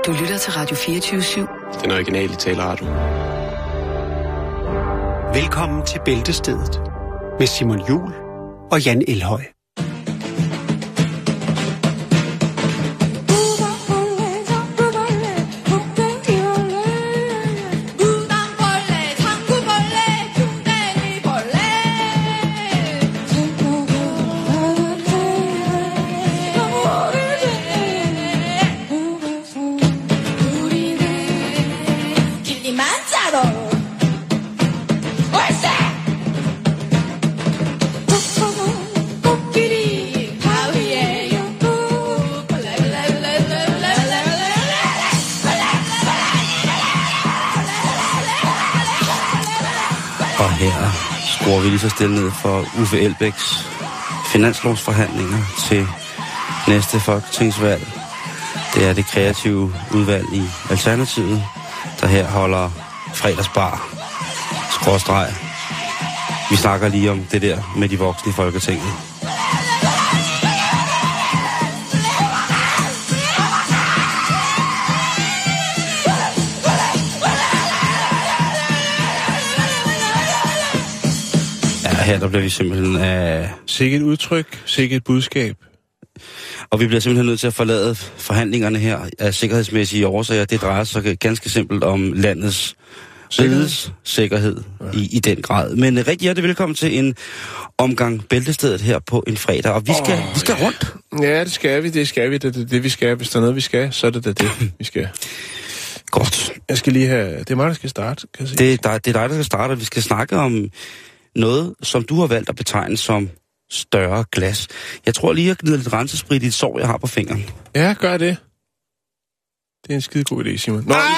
Du lytter til Radio 24/7. Den originale taleradio. Velkommen til Bæltestedet med Simon Juhl og Jan Elhøj. Her skruer vi lige så stille ned for Uffe Elbæks finanslovsforhandlinger til næste folketingsvalg. Det er det kreative udvalg i Alternativet, der her holder fredagsbar, skråstreg. Vi snakker lige om det der med de voksne i Folketinget. Her der bliver vi simpelthen af... Sikke et udtryk, sikke et budskab. Og vi bliver simpelthen nødt til at forlade forhandlingerne her af sikkerhedsmæssige årsager. Det drejer sig ganske simpelt om landets sikkerhed i den grad. Men rigtig hjertelig velkommen til en omgang Bæltestedet her på en fredag. Og vi skal rundt. Ja, det skal vi. Det er det, vi skal. Hvis der er noget, vi skal, så er det vi skal. Godt. Jeg skal lige have... Det er mig, der skal starte, kan jeg sige. Det er dig, der skal starte, og vi skal snakke om noget, som du har valgt at betegne som større glas. Jeg tror lige, jeg gnider lidt rensesprit i et sår, jeg har på fingeren. Ja, gør det. Det er en skide god idé, Simon. Nå, er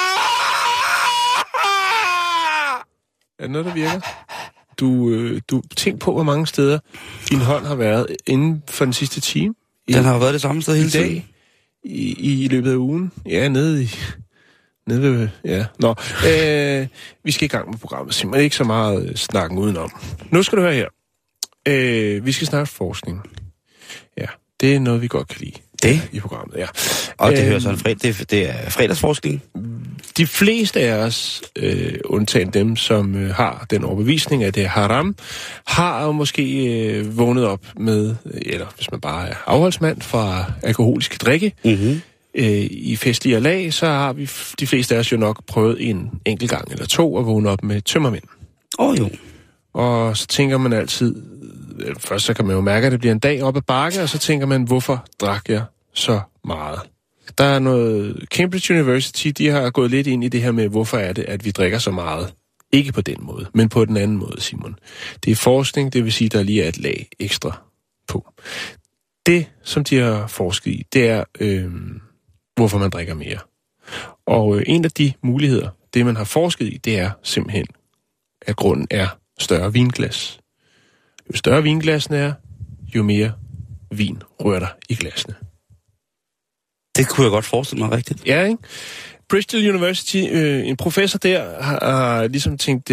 det noget, der virker? Du tænk på, hvor mange steder din hånd har været inden for den sidste time. Den har været det samme sted hele tiden. I løbet af ugen. Ja, nede ved, ja. Nå, vi skal i gang med programmet, Simon. Ikke så meget snakken udenom. Nu skal du høre her. Vi skal snakke forskning. Ja, det er noget, vi godt kan lide. Det? I programmet, ja. Og det hører sådan det er fredagsforskning? De fleste af os, undtagen dem, som har den overbevisning, at det er haram, har jo måske vågnet op med, eller hvis man bare er afholdsmand fra alkoholiske drikke, i festlige lag, så har vi de fleste af os jo nok prøvet en enkelt gang eller to at vågne op med tømmermænd. Jo. Og så tænker man altid, først så kan man jo mærke, at det bliver en dag op ad bakke, og så tænker man, hvorfor drak jeg så meget? Der er noget... Cambridge University, de har gået lidt ind i det her med, hvorfor er det, at vi drikker så meget? Ikke på den måde, men på den anden måde, Simon. Det er forskning, det vil sige, der lige er et lag ekstra på. Det, som de har forsket i, det er, hvorfor man drikker mere. Og en af de muligheder, det man har forsket i, det er simpelthen, at grunden er større vinglas. Jo større vinglassene er, jo mere vin rører der i glasene. Det kunne jeg godt forestille mig rigtigt. Ja, ikke? Bristol University, en professor der, har ligesom tænkt,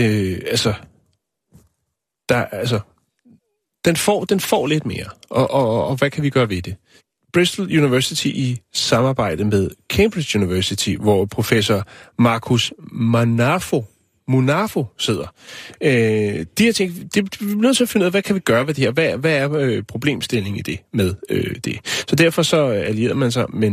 den får lidt mere. Og hvad kan vi gøre ved det? Bristol University i samarbejde med Cambridge University, hvor professor Marcus Munafo sidder. De har tænkt, vi er nødt til at finde ud af, hvad kan vi gøre ved det her? Hvad er problemstillingen i det med det? Så derfor så allierer man sig med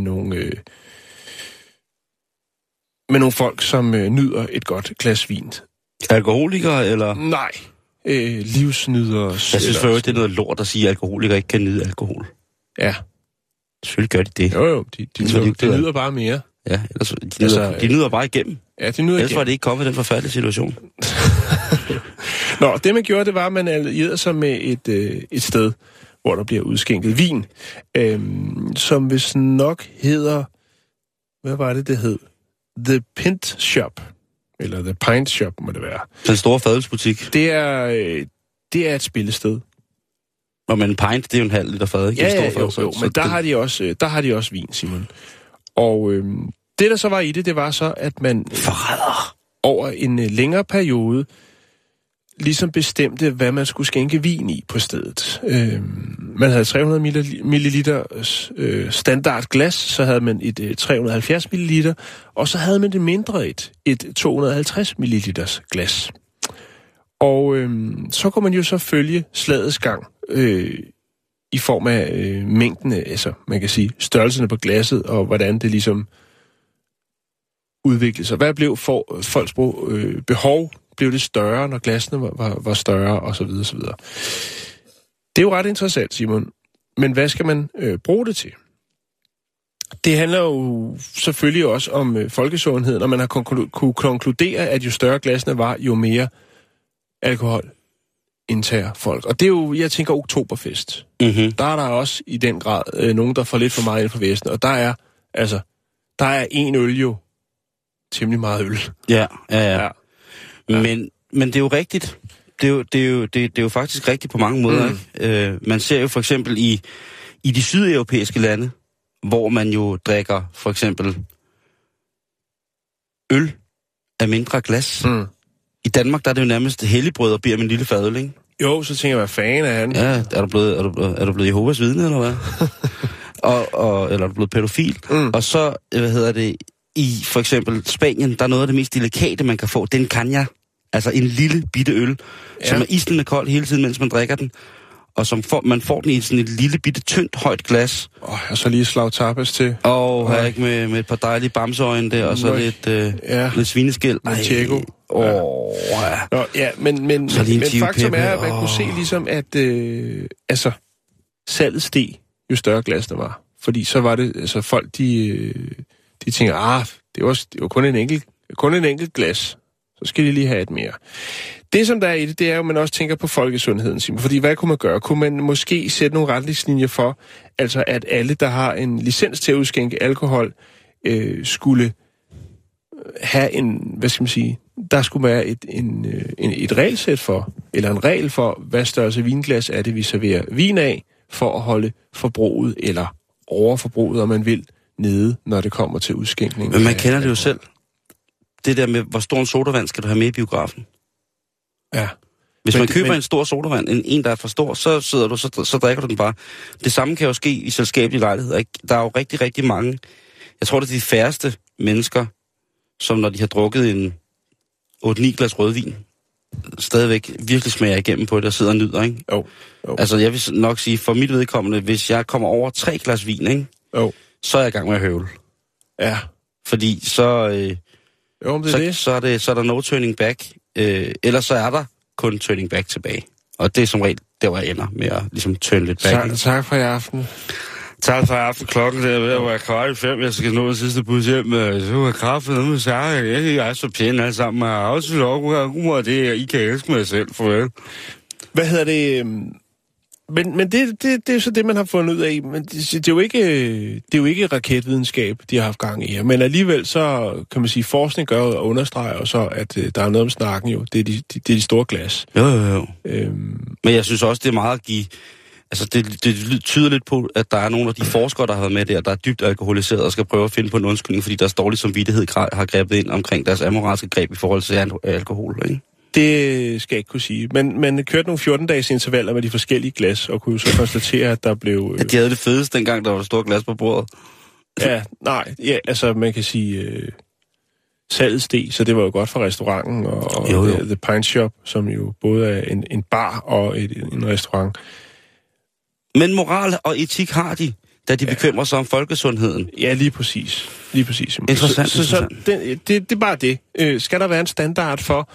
nogle folk, som nyder et godt glas vin. Alkoholikere, eller? Nej. Livsnydere. Jeg synes for øvrigt, det er noget lort at sige, at alkoholikere ikke kan nyde alkohol. Ja. Selvfølgelig gør de det. Jo, de nyder bare mere. Ja, ellers, de nyder bare igennem. Ja, de nyder ellers var det ikke kommet i den forfærdelige situation. Nå, det man gjorde, det var, at man allierede sig med et sted, hvor der bliver udskænket vin, som hvis nok hedder, hvad var det hed? The Pint Shop. Eller The Pint Shop, må det være. Den store fadelsbutik. Det er et spillested. Nå, men en pint, det er jo en halv liter fad, ikke? Ja, jo, men der har de også vin, Simon. Og det, der så var i det var så, at man over en længere periode ligesom bestemte, hvad man skulle skænke vin i på stedet. Man havde 300 milliliter standardglas, så havde man et 370 milliliter, og så havde man det mindre et 250 milliliters glas. Og så kunne man jo så følge slagets gang i form af mængden, altså man kan sige størrelserne på glasset, og hvordan det ligesom udviklede sig. Hvad blev folks behov? Blev det større, når glassene var større, og så videre, så videre. Det er jo ret interessant, Simon. Men hvad skal man bruge det til? Det handler jo selvfølgelig også om folkesundheden, og man har kunne konkludere, at jo større glassene var, jo mere alkohol indtager folk. Og det er jo, jeg tænker, oktoberfest. Mm-hmm. Der er der også i den grad nogen, der får lidt for meget ind for Vesten, og der er en øl jo temmelig meget øl. Ja. Men det er jo rigtigt. Det er jo faktisk rigtigt på mange måder. Ikke? Man ser jo for eksempel i de sydeuropæiske lande, hvor man jo drikker for eksempel øl af mindre glas. Mm. I Danmark der er det jo nærmest helligbrød og bier med en lille fadøl, ikke? Jo, så tænker jeg, hvad fanden er han? Ja, er du blevet Jehovas vidne, eller hvad? Eller er du blevet pædofil? Mm. Og så, i for eksempel Spanien, der er noget af det mest delikate, man kan få. Det er en caña. Altså en lille bitte øl, som er islende kold hele tiden, mens man drikker den. Og som man får den i sådan et lille bitte, tyndt, højt glas. Og så lige slag tapas til. Her ikke med et par dejlige bamseøjne der, og så lidt svineskæld. Med tjekko. Men faktum er, at man kunne se ligesom, at salget steg, jo større glasene var. Fordi så var det, folk, de tænker, det var kun en enkelt glas. Så skal de lige have et mere. Det, som der er i det er jo, at man også tænker på folkesundheden, Simon. Fordi hvad kunne man gøre? Kunne man måske sætte nogle retningslinjer for, altså at alle, der har en licens til at udskænke alkohol, skulle have der skulle være et regelsæt for, eller en regel for, hvad størrelse vinglas er det, vi serverer vin af, for at holde forbruget, eller overforbruget, om man vil, nede, når det kommer til udskænkning. Men man kender det jo selv. Det der med, hvor stor en sodavand skal du have med i biografen? Ja. Hvis man køber en stor sodavand, en der er for stor, så drikker du den bare. Det samme kan jo ske i selskabelige lejligheder. Ikke? Der er jo rigtig, rigtig mange. Jeg tror, det er de færreste mennesker, som når de har drukket en 8-9 glas rødvin, stadigvæk virkelig smager igennem på det og sidder og nyder, ikke? Jo. Altså, jeg vil nok sige, for mit vedkommende, hvis jeg kommer over 3 glas vin, ikke? Så er jeg i gang med at høvle. Ja. Fordi så er der no turning back. Ellers så er der kun turning back tilbage. Og det er som regel der, hvor jeg ender med at ligesom turn lidt back. Tak for i aften. Tak for i aften. Klokken der ved at være 4:15. Jeg skal nå den sidste bus hjem. Så er kraftet noget med sig. Jeg er så pæne alle sammen. Jeg har også lov at det er, I kan elske mig selv. Farvel. Hvad hedder det? Men det er så det, man har fundet ud af. Men det er jo ikke raketvidenskab, de har haft gang i her. Men alligevel så, kan man sige, forskning gør og understreger så, at der er noget om snakken jo. Det er de store glas. Jo. Men jeg synes også, det er meget at give... Altså, det tyder lidt på, at der er nogle af de forskere, der har været med der er dybt alkoholiseret og skal prøve at finde på en undskyldning, fordi deres dårlige samvittighed har grebet ind omkring deres amoralske greb i forhold til alkohol, ikke? Det skal jeg ikke kunne sige. Men man kørte nogle 14-dages intervaller med de forskellige glas, og kunne jo så konstatere, at der blev... At de havde det fedeste, dengang der var et stort glas på bordet. Altså man kan sige... salget steg, så det var jo godt for restauranten og The Pine Shop, som jo både er en bar og en restaurant. Men moral og etik har de, da de bekymrer sig om folkesundheden. Ja, lige præcis. Interessant. Så det er bare det. Skal der være en standard for,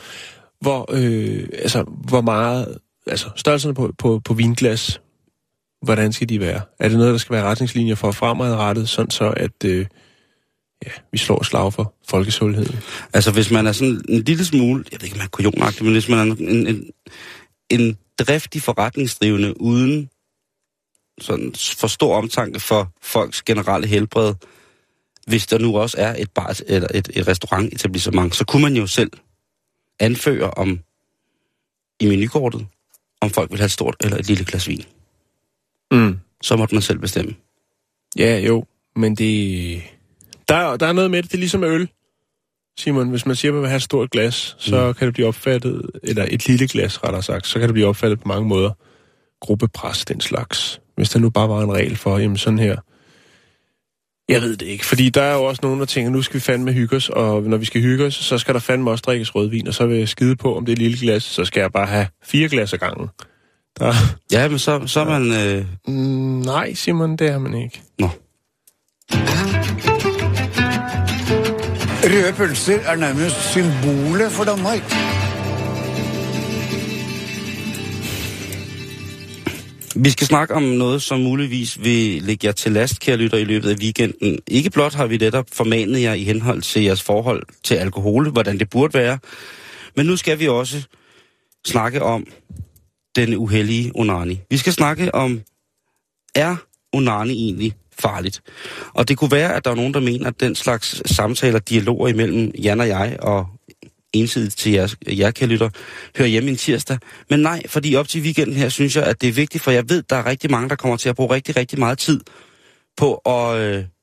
hvor meget, størrelserne på vinglas, hvordan skal de være? Er det noget, der skal være retningslinjer for fremadrettet, sådan så at vi slår slag for folkesundheden? Altså, hvis man er sådan en lille smule, jeg ved ikke, om man er kujonagtig, men hvis man er en driftig forretningsdrivende uden sådan for stor omtanke for folks generelle helbred, hvis der nu også er et bar eller et restaurantetablissement, så kunne man jo selv anføre i menukortet, om folk vil have et stort eller et lille glas vin. Så måtte man selv bestemme. Ja, jo, men der er noget med det. Det er ligesom øl. Simon, hvis man siger, at man vil have et stort glas, så kan det blive opfattet, eller et lille glas rettere sagt, så kan det blive opfattet på mange måder. Gruppepres, den slags. Hvis der nu bare var en regel for, jamen sådan her. Jeg ved det ikke, fordi der er jo også nogen, der tænker, nu skal vi fandme hygge os, og når vi skal hygge os, så skal der fandme også drikkes rødvin, og så vil jeg skide på, om det er et lille glas, så skal jeg bare have 4 glas ad gangen. Der... Ja, men så er man... Nej, Simon, det er man ikke. Nå. Røde pølser er nærmest symbolet for Danmark. Vi skal snakke om noget, som muligvis vil lægge jer til last, kære lytter, i løbet af weekenden. Ikke blot har vi netop formanet jer i henhold til jeres forhold til alkohol, hvordan det burde være, men nu skal vi også snakke om den uheldige onani. Vi skal snakke om, er onani egentlig farligt? Og det kunne være, at der er nogen, der mener, at den slags samtaler, dialoger imellem Jan og jeg, og ensidigt til jer kære lytter, hører hjemme en tirsdag. Men nej, fordi op til weekenden her, synes jeg, at det er vigtigt, for jeg ved, der er rigtig mange, der kommer til at bruge rigtig, rigtig meget tid på at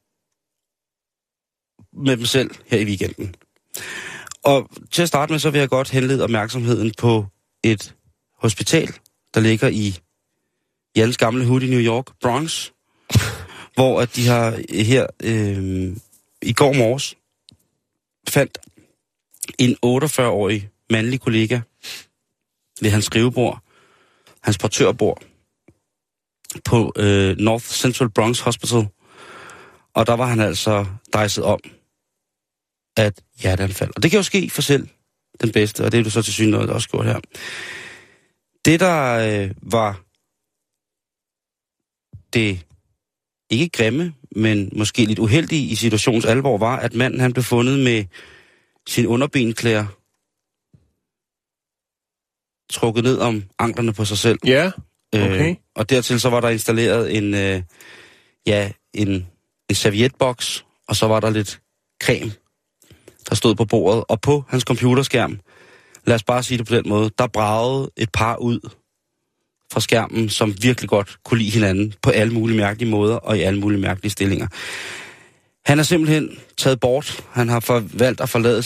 med dem selv her i weekenden. Og til at starte med, så vil jeg godt henlede opmærksomheden på et hospital, der ligger i Jans gamle hood i New York, Bronx, hvor at de har her i går morges fandt en 48-årig mandlig kollega ved hans skrivebord, hans portørbord, på North Central Bronx Hospital. Og der var han altså dejset om at hjerteanfald. Og det kan jo ske for selv den bedste, og det er du så til synligheden også gjort her. Det, der var det ikke grimme, men måske lidt uheldige i situationens alvor, var, at manden han blev fundet med sin underbenklæder trukket ned om anklerne på sig selv. Ja, okay. Og dertil så var der installeret en servietboks, og så var der lidt creme, der stod på bordet. Og på hans computerskærm, lad os bare sige det på den måde, der bragede et par ud fra skærmen, som virkelig godt kunne lide hinanden på alle mulige mærkelige måder og i alle mulige mærkelige stillinger. Han er simpelthen taget bort. Han har valgt at forlade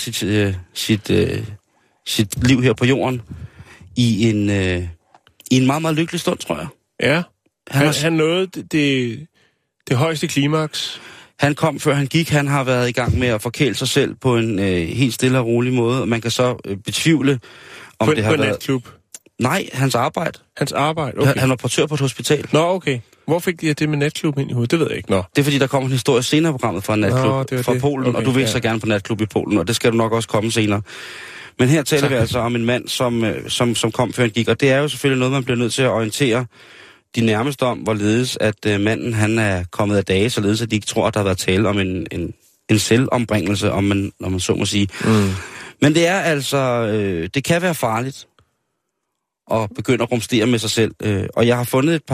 sit liv her på jorden i en meget, meget lykkelig stund, tror jeg. Ja, han nåede det højeste klimaks. Han kom, før han gik. Han har været i gang med at forkæle sig selv på en helt stille og rolig måde, og man kan så betvivle, om det har været... På natklub? Nej, hans arbejde. Hans arbejde, okay. Han var portør på et hospital. Nå, okay. Hvor fik de det med natklub ind i hovedet? Det ved jeg ikke. Nå. Det er fordi, der kommer en historie senere i programmet fra en natklub fra Polen, okay, og du vil så gerne på natklub i Polen, og det skal du nok også komme senere. Men her taler vi altså om en mand, som kom før han gik, og det er jo selvfølgelig noget, man bliver nødt til at orientere de nærmeste om, hvorledes at manden han er kommet af dage, således at de ikke tror, at der har været tale om en selvombringelse, om man så må sige. Mm. Men det er altså, det kan være farligt at begynde at rumstere med sig selv. Og jeg har fundet et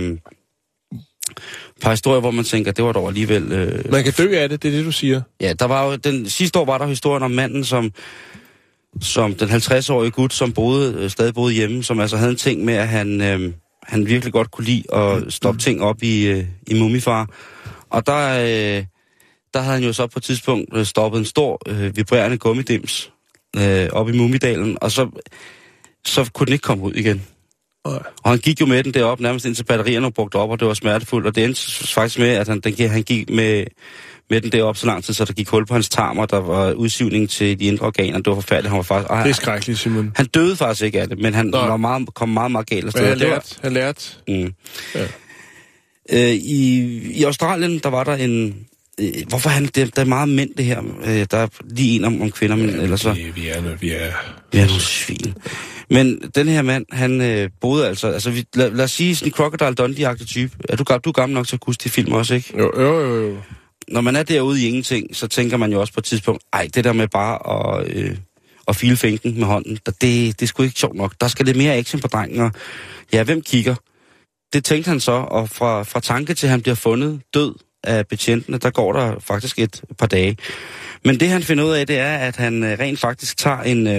par historier, hvor man tænker, det var dog alligevel... Man kan dø af det er det, du siger. Ja, der var jo sidste år var der historien om manden, som den 50-årige gut, som stadig boede hjemme, som altså havde en ting med, at han virkelig godt kunne lide at stoppe ting op i Mumifar. Og der havde han jo så på et tidspunkt stoppet en stor vibrerende gummidims op i Mumidalen, og så kunne den ikke komme ud igen. Og han gik jo med den derop, nærmest indtil batterierne var brugt op, og det var smertefuldt. Og det endte faktisk med, at han gik med den derop så lang tid, så der gik hul på hans tarmer, der var udsivning til de indre organer. Det var forfærdeligt. Han var faktisk... Det er skrækkeligt, Simon. Han døde faktisk ikke af det, men han kom meget, meget galt afsted. Han lærte. Mm. Ja. I Australien, der var der en... Hvorfor der er meget mænd, det her? Der er lige en om kvinder, men ellers så... Vi er nogle svin. Men den her mand, han boede altså lad os sige sådan en Crocodile Dundee-agtig type. Du er gammel nok til at huske de film også, ikke? Jo. Når man er derude i ingenting, så tænker man jo også på et tidspunkt, det der med bare at file finken med hånden, det er sgu ikke sjovt nok. Der skal lidt mere action på drengen, og ja, hvem kigger? Det tænkte han så, og fra tanke til, at han bliver fundet død af betjentene, der går der faktisk et par dage. Men det han finder ud af, det er, at han rent faktisk tager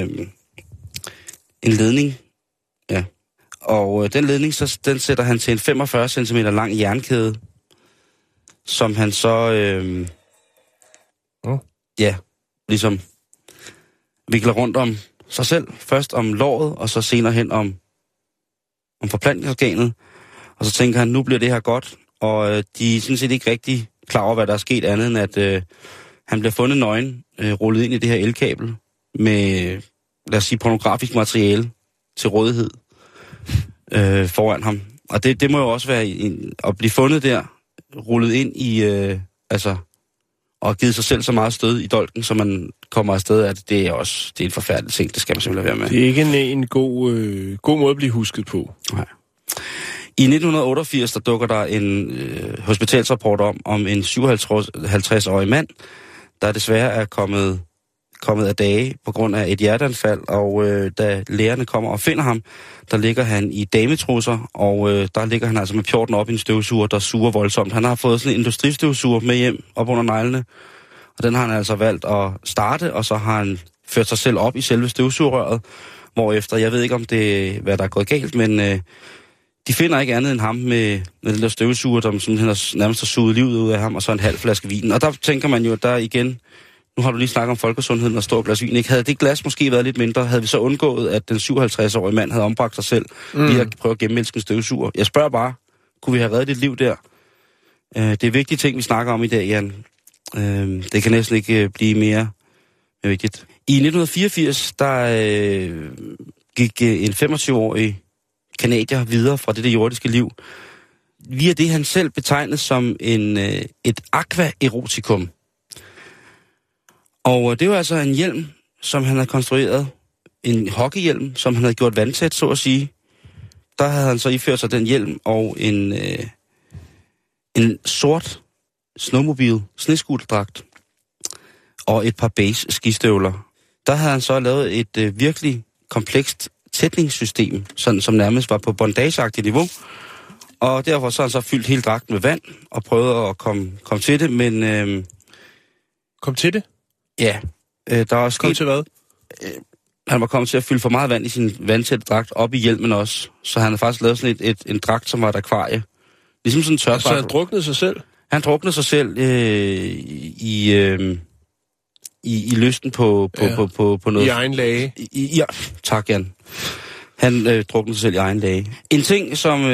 en ledning, ja. Og den ledning, den sætter han til en 45 cm lang jernkæde, som han så, ja, ligesom vikler rundt om sig selv. Først om låret, og så senere hen om forplantningsorganet. Og så tænker han, nu bliver det her godt. Og de er sådan set ikke rigtig klar over, hvad der er sket andet, end at han bliver fundet nøgen, rullet ind i det her elkabel, med, lad os sige, pornografisk materiale til rådighed foran ham. Og det må jo også være at blive fundet der, rullet ind i, og givet sig selv så meget stød i dolken, så man kommer afsted, at det er en forfærdelig ting, det skal man simpelthen være med. Det er ikke en god måde at blive husket på. Nej. I 1988, der dukker der en hospitalsrapport om en 57-årig mand, der desværre er kommet af dage på grund af et hjerteanfald, og da lægerne kommer og finder ham, der ligger han i dametrusser, og der ligger han altså med pjorten op i en støvsuger, der suger voldsomt. Han har fået sådan en industristøvsuger med hjem op under neglene, og den har han altså valgt at starte, og så har han ført sig selv op i selve støvsugerrøret, hvorefter, jeg ved ikke om det hvad der er gået galt, men de finder ikke andet end ham med den der støvsuger, der nærmest har suget livet ud af ham, og så en halv flaske vin. Og der tænker man jo, der igen, nu har du lige snakket om folkesundheden og stor glas vin, ikke? Havde det glas måske været lidt mindre, havde vi så undgået, at den 57-årige mand havde ombragt sig selv, lige at prøve at gennemælske en støvsuger. Jeg spørger bare, kunne vi have reddet dit liv der? Det er vigtige ting, vi snakker om i dag, Jan. Det kan næsten ikke blive mere vigtigt. I 1984, der gik en 25-årig kanadier videre fra det jordiske liv, via det han selv betegnede som et aquaerotikum. Og det var altså en hjelm, som han havde konstrueret, en hockeyhjelm, som han havde gjort vandtæt, så at sige. Der havde han så iført sig den hjelm og en sort snowmobil sneskuterdragt og et par beige skistøvler. Der havde han så lavet et virkelig komplekst tætningssystem, sådan som nærmest var på bondageagtigt niveau. Og derfor så har han så fyldt hele dragten med vand og prøvet at komme til det, men... Kom til det? Ja. Der er også kom til hvad? Han var kommet til at fylde for meget vand i sin vandtætte dragt, op i hjelmen også. Så han har faktisk lavet sådan en dragt, som var et akvarie. Ligesom sådan en tørbaffel. Så han druknede sig selv? Han druknede sig selv i lysten på noget. I egen lage? Ja, tak Jan. Han druknede sig selv i egen lage. En ting, som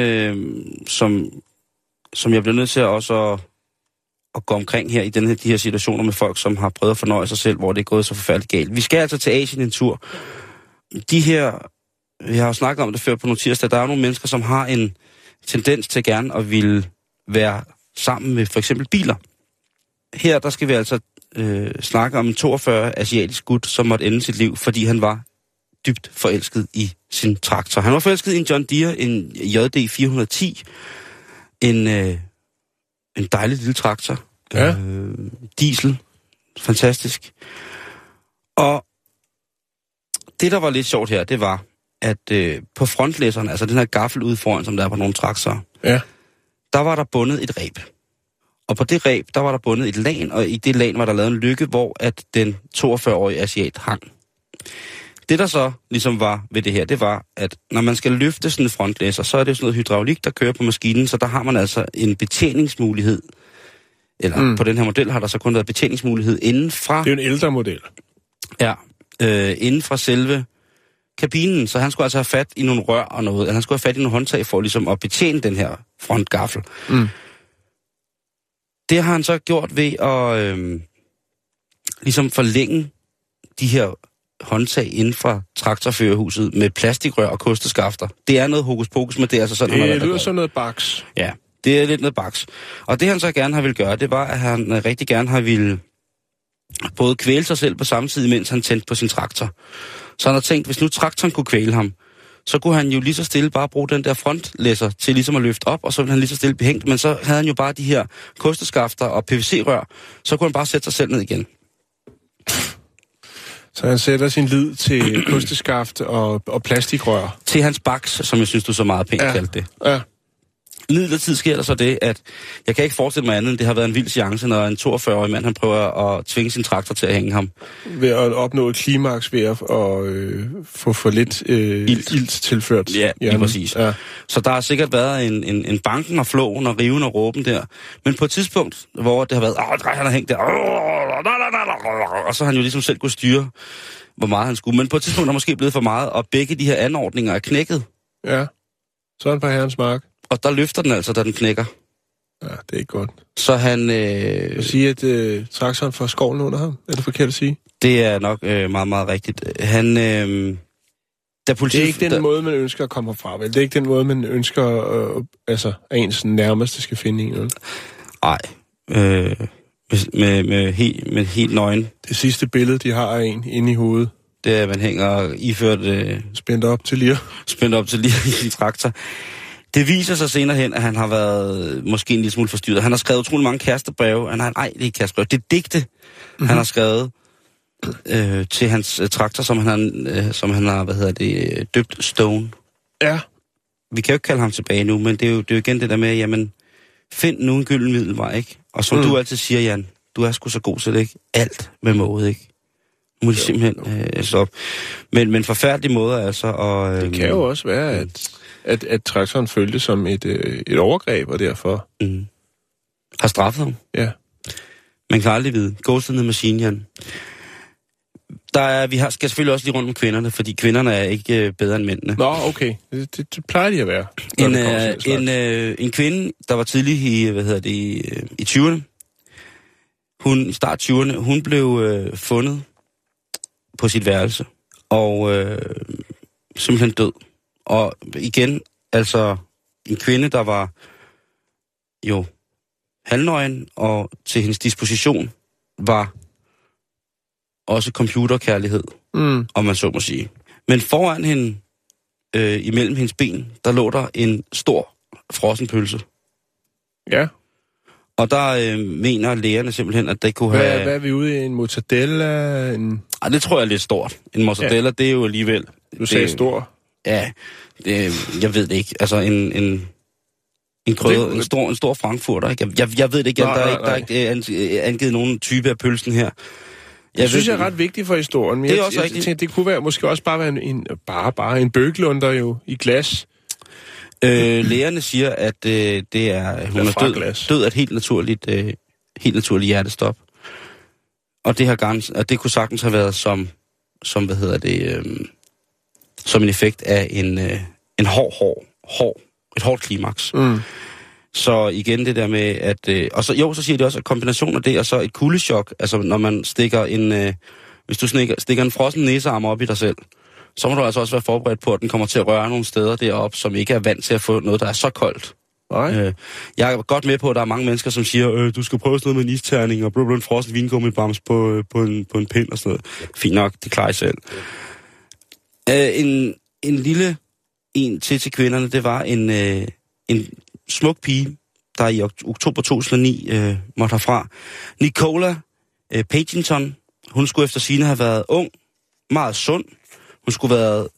jeg bliver nødt til også at gå omkring her i de her situationer med folk, som har prøvet at fornøje sig selv, hvor det er gået så forfærdeligt galt. Vi skal altså til Asien en tur. De her, vi har jo snakket om det før på nogle tirsdag, der er jo nogle mennesker, som har en tendens til gerne at ville være sammen med for eksempel biler. Her, der skal vi altså snakke om en 42 asiatisk gut, som måtte ende sit liv, fordi han var dybt forelsket i sin traktor. Han var forelsket i en John Deere, en JD 410, en dejlig lille traktor. Ja. Diesel. Fantastisk. Og det, der var lidt sjovt her, det var, at på frontlæsseren, altså den her gaffel ude foran, som der er på nogle traktorer, ja, der var der bundet et reb. Og på det reb, der var der bundet et lagen, og i det lagen var der lavet en lykke, hvor at den 42-årige asiat hang. Det, der så ligesom var ved det her, det var, at når man skal løfte sådan en frontlæsser, så er det sådan noget hydraulik, der kører på maskinen, så der har man altså en betjeningsmulighed. Eller på den her model har der så kun været betjeningsmulighed inden fra... Det er en ældre model. Ja, inden fra selve kabinen, så han skulle altså have fat i nogle rør og noget, eller han skulle have fat i nogle håndtag for ligesom at betjene den her frontgaffel. Det har han så gjort ved at ligesom forlænge de her håndtag inden for traktorførerhuset med plastikrør og kosteskafter. Det er noget hokus pokus, men det er altså sådan... Det lyder sådan noget baks. Ja, det er lidt noget baks. Og det han så gerne har ville gøre, det var, at han rigtig gerne har ville både kvæle sig selv på samme tid, mens han tændte på sin traktor. Så han har tænkt, hvis nu traktoren kunne kvæle ham, så kunne han jo lige så stille bare bruge den der frontlæsser til ligesom at løfte op, og så ville han lige så stille blive hængt. Men så havde han jo bare de her kosteskafter og PVC-rør, så kunne han bare sætte sig selv ned igen. Så han sætter sin lid til kosteskaft og plastikrør. Til hans baks, som jeg synes, du så meget pænt kaldte det. Ja. Midlertid sker der så det, at jeg kan ikke forestille mig andet, end det har været en vild chance, når en 42-årig mand, han prøver at tvinge sin traktor til at hænge ham. Ved at opnå et klimaks ved at få for lidt ilt tilført. Ja, lige præcis. Ja. Så der har sikkert været en banken og flåen og riven og råben der. Men på et tidspunkt, hvor det har været, han har hængt der, og så har han jo ligesom selv kunne styre, hvor meget han skulle. Men på et tidspunkt er måske blevet for meget, og begge de her anordninger er knækket. Ja, sådan på herrens mark. Og der løfter den altså, da den knækker. Ja, det er ikke godt. Så han... Jeg siger, at traktoren får skovlen under ham. Er det forkert at sige? Det er nok meget, meget rigtigt. Han... Da det er ikke den måde, man ønsker at komme fra, vel? Det er ikke den måde, man ønsker, at ens nærmeste skal finde en, eller? Nej. Med helt nøgen. Det sidste billede, de har af en inde i hovedet. Det er, at man hænger iført... Spændt op til lir. Spændt op til lir i sin traktor. Det viser sig senere hen, at han har været måske en lille smule forstyrret. Han har skrevet utrolig mange kærestebreve. Det er ikke kærestebreve. Det er digte, han har skrevet til hans traktor, som han har døbt Stone. Ja. Vi kan jo ikke kalde ham tilbage nu, men det er jo igen det der med, jamen, find nu en gylden middelvej, ikke? Og som du altid siger, Jan, du er sgu så god til det, ikke? Alt med måde, ikke? Nu må de simpelthen stoppe. Men forfærdelige måder, altså. Og, det kan jo også være, at traktoren følte som et overgreb, og derfor... Har straffet ham? Ja. Man kan aldrig vide. Ghost in the Machine, Jan. Skal selvfølgelig også lige rundt om kvinderne, fordi kvinderne er ikke bedre end mændene. Nå, okay. Det plejer de at være. En kvinde, der var tidlig i 20'erne, i start 20'erne, hun blev fundet på sit værelse, og simpelthen død. Og igen, altså en kvinde, der var jo halvnøgen, og til hendes disposition var også computerkærlighed, om man så må sige. Men foran hende, imellem hendes ben, der lå der en stor frossenpølse. Ja. Og der mener lægerne simpelthen, at det kunne have... Hvad er vi ude i? En mortadella? Det tror jeg er lidt stort. En mortadella, det er jo alligevel... Du sagde stor. Ja, jeg ved det ikke. Altså en stor frankfurter, ikke? Jeg ved det ikke. Der er ikke angivet nogen type af pølsen her. Jeg synes, det er ret vigtigt for historien. Men jeg tænkte, det kunne være, måske også bare være en bøglunder jo i glas. Lægerne siger, at det er hun er død af et helt naturligt hjertestop. Og det kunne sagtens have været som som en effekt af en hård klimaks. Så igen det der med, at... og så siger de også, at kombinationen af det, og så et kuldechok, altså når man stikker hvis du stikker en frossen næsearm op i dig selv, så må du altså også være forberedt på, at den kommer til at røre nogle steder deroppe, som ikke er vant til at få noget, der er så koldt. Jeg er godt med på, at der er mange mennesker, som siger, du skal prøve sådan noget med en isterning, og en frossen vingummibams på en pind og sådan noget. Fint nok, det klarer jeg selv. En lille en til kvinderne, det var en smuk pige, der i oktober 2009 måtte herfra. Nicola Pagington, hun skulle efter sigende have været ung, meget sund. Hun skulle have været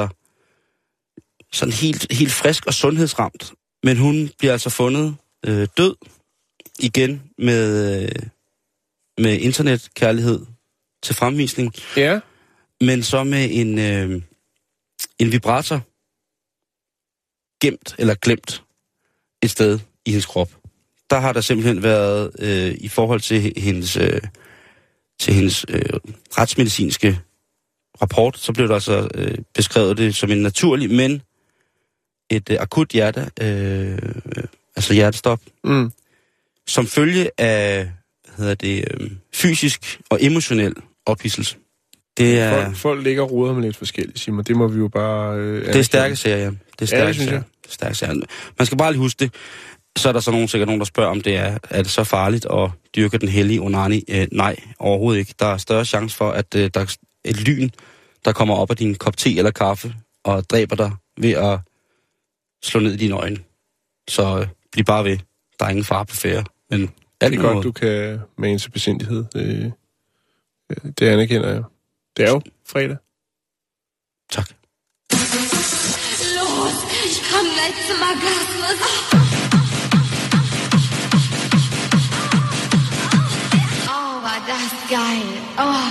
sådan helt frisk og sundhedsramt. Men hun bliver altså fundet død igen med internetkærlighed til fremvisning. Ja. Men så med en vibrator gemt eller glemt et sted i hendes krop. Der har der simpelthen været i forhold til hendes retsmedicinske rapport, så blev der altså beskrevet det som en naturlig, men et akut hjertestop, som følge af fysisk og emotionel ophidselse. Det er... Folk ligger og roder med lidt forskelligt, Simon. Det må vi jo bare... det er stærke sager, ja. Det er stærke sager. Man skal bare lige huske det. Så er der så sikkert nogen, der spørger, om det er det så farligt at dyrke den hellige onani? Nej, overhovedet ikke. Der er større chance for, at der er et lyn, der kommer op af din kop te eller kaffe, og dræber dig ved at slå ned i dine øjne. Så bliv bare ved. Der er ingen fare på færde. Men det er godt, du kan mane til besindighed. Det anerkender jeg. Det er jo fredag. Tak. Los, ich komme gleich zum Orgasmus. geil.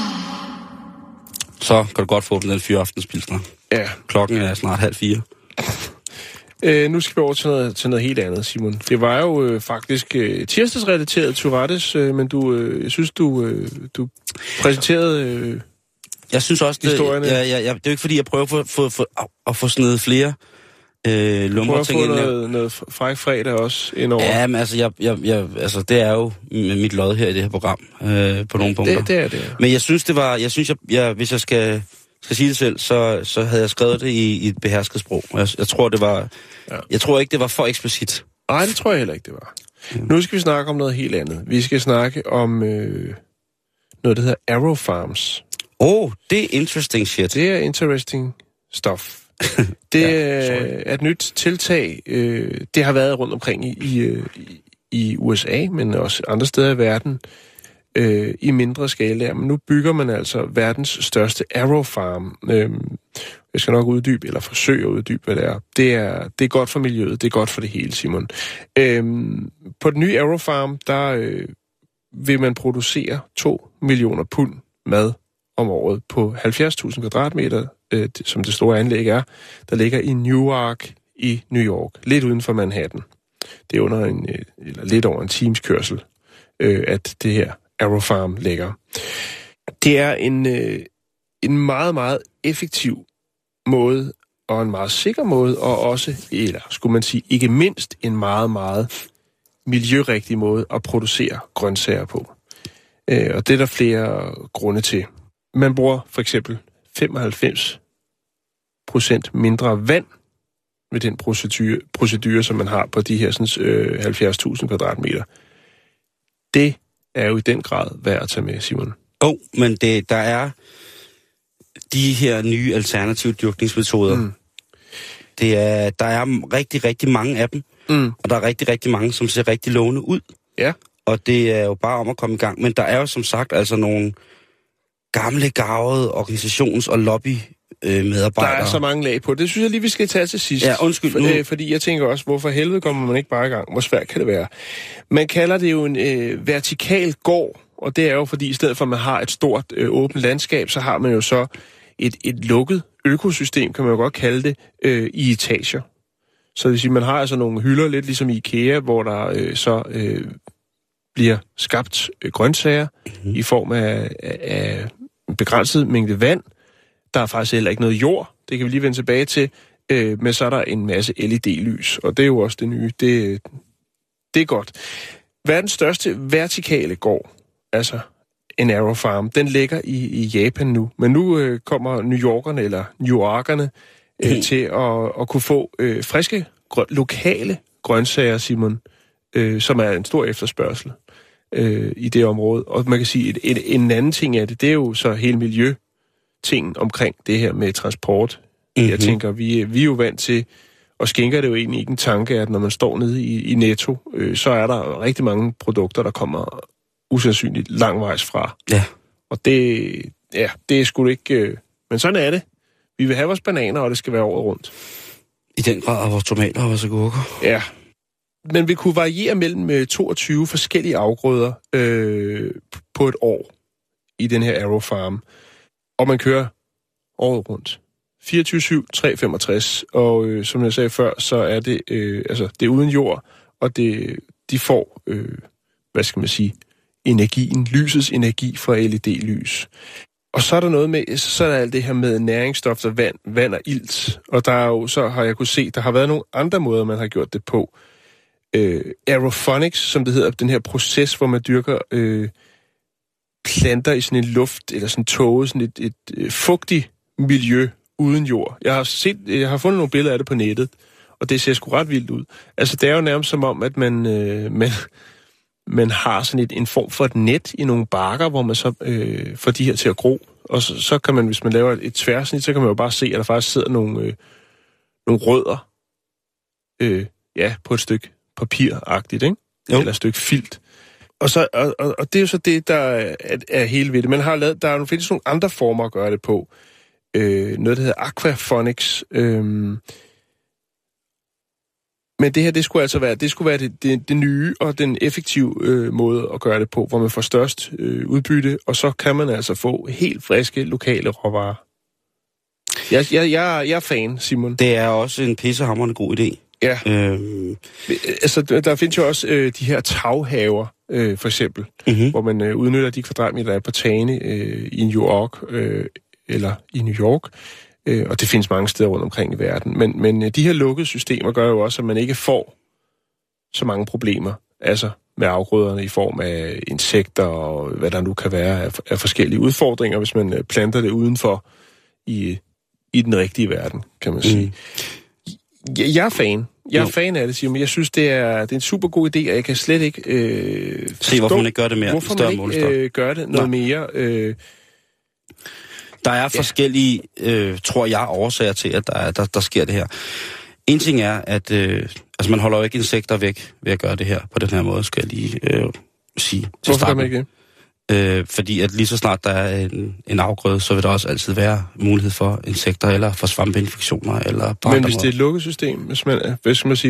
Så kan du godt få den fyraftensbilsner. Ja. Klokken er snart 3:30. Nu skal vi over til noget helt andet, Simon. Det var jo faktisk tirsdagsrelateret Tourettes, men jeg synes, du præsenterede jeg synes også, historierne. Det er jo ikke, fordi jeg prøver at få snedet flere lumre ting ind. Prøver at få noget fræk fredag også indover. Ja, men altså, altså, det er jo mit lod her i det her program på nogle punkter. Det er det. Men jeg synes, hvis jeg skal sige det selv, så havde jeg skrevet det i et behersket sprog. Jeg tror, det var... Ja. Jeg tror ikke, det var for eksplicit. Nej, det tror jeg heller ikke, det var. Nu skal vi snakke om noget helt andet. Vi skal snakke om noget, der hedder Arrow Farms. Det er interesting shit. Det er interesting stuff. Det er et nyt tiltag. Det har været rundt omkring i USA, men også andre steder i verden, i mindre skala. Men nu bygger man altså verdens største Arrow Farm. Jeg skal nok uddybe, eller forsøge at uddybe, hvad det er. Det er godt for miljøet, det er godt for det hele, Simon. På den nye Arrow Farm, der vil man producere 2 millioner pund mad om året på 70.000 kvadratmeter, som det store anlæg er, der ligger i Newark i New York, lidt uden for Manhattan. Det er under lidt over en times kørsel, at det her Arrow Farm ligger. Det er en meget, meget effektiv måde, og en meget sikker måde, og også, eller skulle man sige, ikke mindst en meget, meget miljørigtig måde at producere grøntsager på. Og det er der flere grunde til. Man bruger for eksempel 95% mindre vand med den procedure, som man har på de her 70.000 kvadratmeter. Det er jo i den grad værd at tage med, Simon. Men der er de her nye alternative dyrkningsmetoder. Der er rigtig, rigtig mange af dem, og der er rigtig, rigtig mange, som ser rigtig lovende ud. Ja. Og det er jo bare om at komme i gang. Men der er jo som sagt altså nogle gamle, garvede organisations- og lobby-medarbejdere. Der er så mange lag på. Det synes jeg lige, vi skal tage til sidst. Ja, undskyld. Fordi jeg tænker også, hvorfor helvede kommer man ikke bare i gang? Hvor svært kan det være? Man kalder det jo en vertikal gård, og det er jo fordi, i stedet for at man har et stort åbent landskab, så har man jo så et lukket økosystem, kan man jo godt kalde det, i etager. Så det vil sige, man har altså nogle hylder, lidt ligesom i IKEA, hvor der bliver skabt grøntsager i form af en begrænset mængde vand. Der er faktisk heller ikke noget jord, det kan vi lige vende tilbage til, men så er der en masse LED-lys, og det er jo også det nye. Det er godt. Verdens største vertikale gård, altså en Arrow Farm, den ligger i Japan nu, men nu kommer New Yorkerne til at kunne få friske, lokale grøntsager, Simon, som er en stor efterspørgsel i det område. Og man kan sige, en anden ting af det er jo så hele miljøtingen omkring det her med transport. Jeg tænker, vi er jo vant til, og skænker det jo egentlig ikke en tanke, at når man står nede i Netto, så er der rigtig mange produkter, der kommer usandsynligt langvejs fra. Ja. Og det er sgu ikke... men sådan er det. Vi vil have vores bananer, og det skal være året rundt. I den grad af vores tomater og vores agurker. Ja. Men vi kunne variere mellem 22 forskellige afgrøder på et år i den her Arrow Farm. Og man kører året rundt. 24/7, 365. Og som jeg sagde før, så er det, det er uden jord, og de får, hvad skal man sige, energien, lysets energi fra LED-lys. Og så er der noget med, så er der alt det her med næringsstoffer, vand og ilt. Og der er jo, så har jeg kunne se, der har været nogle andre måder, man har gjort det på. Aeroponics, som det hedder, den her proces, hvor man dyrker planter i sådan en luft, eller sådan tåge, sådan et fugtigt miljø uden jord. Jeg har fundet nogle billeder af det på nettet, og det ser sgu ret vildt ud. Altså, det er jo nærmest som om, at man har sådan en form for et net i nogle bakker, hvor man så får de her til at gro. Og så kan man, hvis man laver et tværsnit, så kan man jo bare se, at der faktisk sidder nogle rødder på et stykke papiragtigt, ikke? Jo. Eller et stykke filt. Og det er jo så det, der er hele ved det. Man har lavet, der findes nogle andre former at gøre det på. Noget, der hedder aquaponics. Men det her, det skulle være det nye og den effektive måde at gøre det på, hvor man får størst udbytte, og så kan man altså få helt friske lokale råvarer. Jeg er fan, Simon. Det er også en pissehamrende god idé. Ja. Altså, der findes jo også de her taghaver, for eksempel, hvor man udnytter de kvadratmeter, der er på tagene i New York, eller i New York, og det findes mange steder rundt omkring i verden. Men de her lukkede systemer gør jo også, at man ikke får så mange problemer, altså med afgrøderne i form af insekter og hvad der nu kan være af forskellige udfordringer, hvis man planter det udenfor i den rigtige verden, kan man sige. Jeg er fan. Jeg er fan af det, Simon. Jeg synes, det er en super god idé, og jeg kan slet ikke se, hvorfor man ikke gør det mere. Hvorfor man ikke gør det noget mere. Der er forskellige, tror jeg, årsager til, at der sker det her. En ting er, at man holder jo ikke insekter væk ved at gøre det her på den her måde, skal jeg lige sige. Hvorfor gør man ikke det? Fordi at lige så snart der er en afgrøde, så vil der også altid være mulighed for insekter, eller for svampeinfektioner, eller på Men hvis det er et lukket system, men det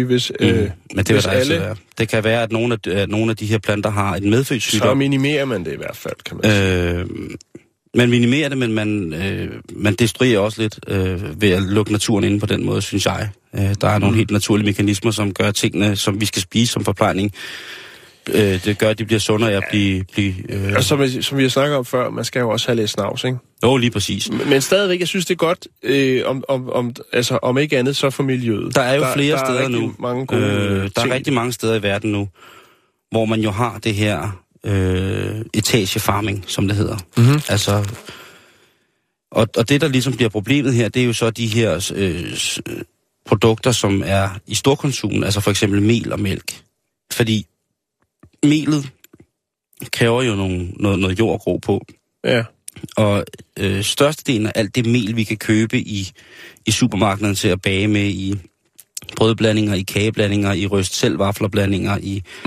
vil der altid være. Det kan være, at nogle af de her planter har en medfødt sygdom. Så minimerer man det i hvert fald, kan man sige. Man minimerer det, men man destruerer også lidt ved at lukke naturen inde på den måde, synes jeg. Der er nogle helt naturlige mekanismer, som gør tingene, som vi skal spise som forplejning. Det gør, at de bliver sundere af at blive... Og som vi har snakket om før, man skal jo også have lidt snavs, ikke? Jo, lige præcis. Men stadigvæk, jeg synes, det er godt, om ikke andet, så for miljøet. Der er jo flere steder nu. Der er rigtig mange steder i verden nu, hvor man jo har det her etagefarming, som det hedder. Mm-hmm. Altså... Og det, der ligesom bliver problemet her, det er jo så de her produkter, som er i storkonsum, altså for eksempel mel og mælk. Fordi melet kræver jo noget jord at gro på. Ja. Og størstedelen af alt det mel, vi kan købe i supermarkederne til at bage med i brødblandinger, i kageblandinger, i røst selv vaflerblandinger,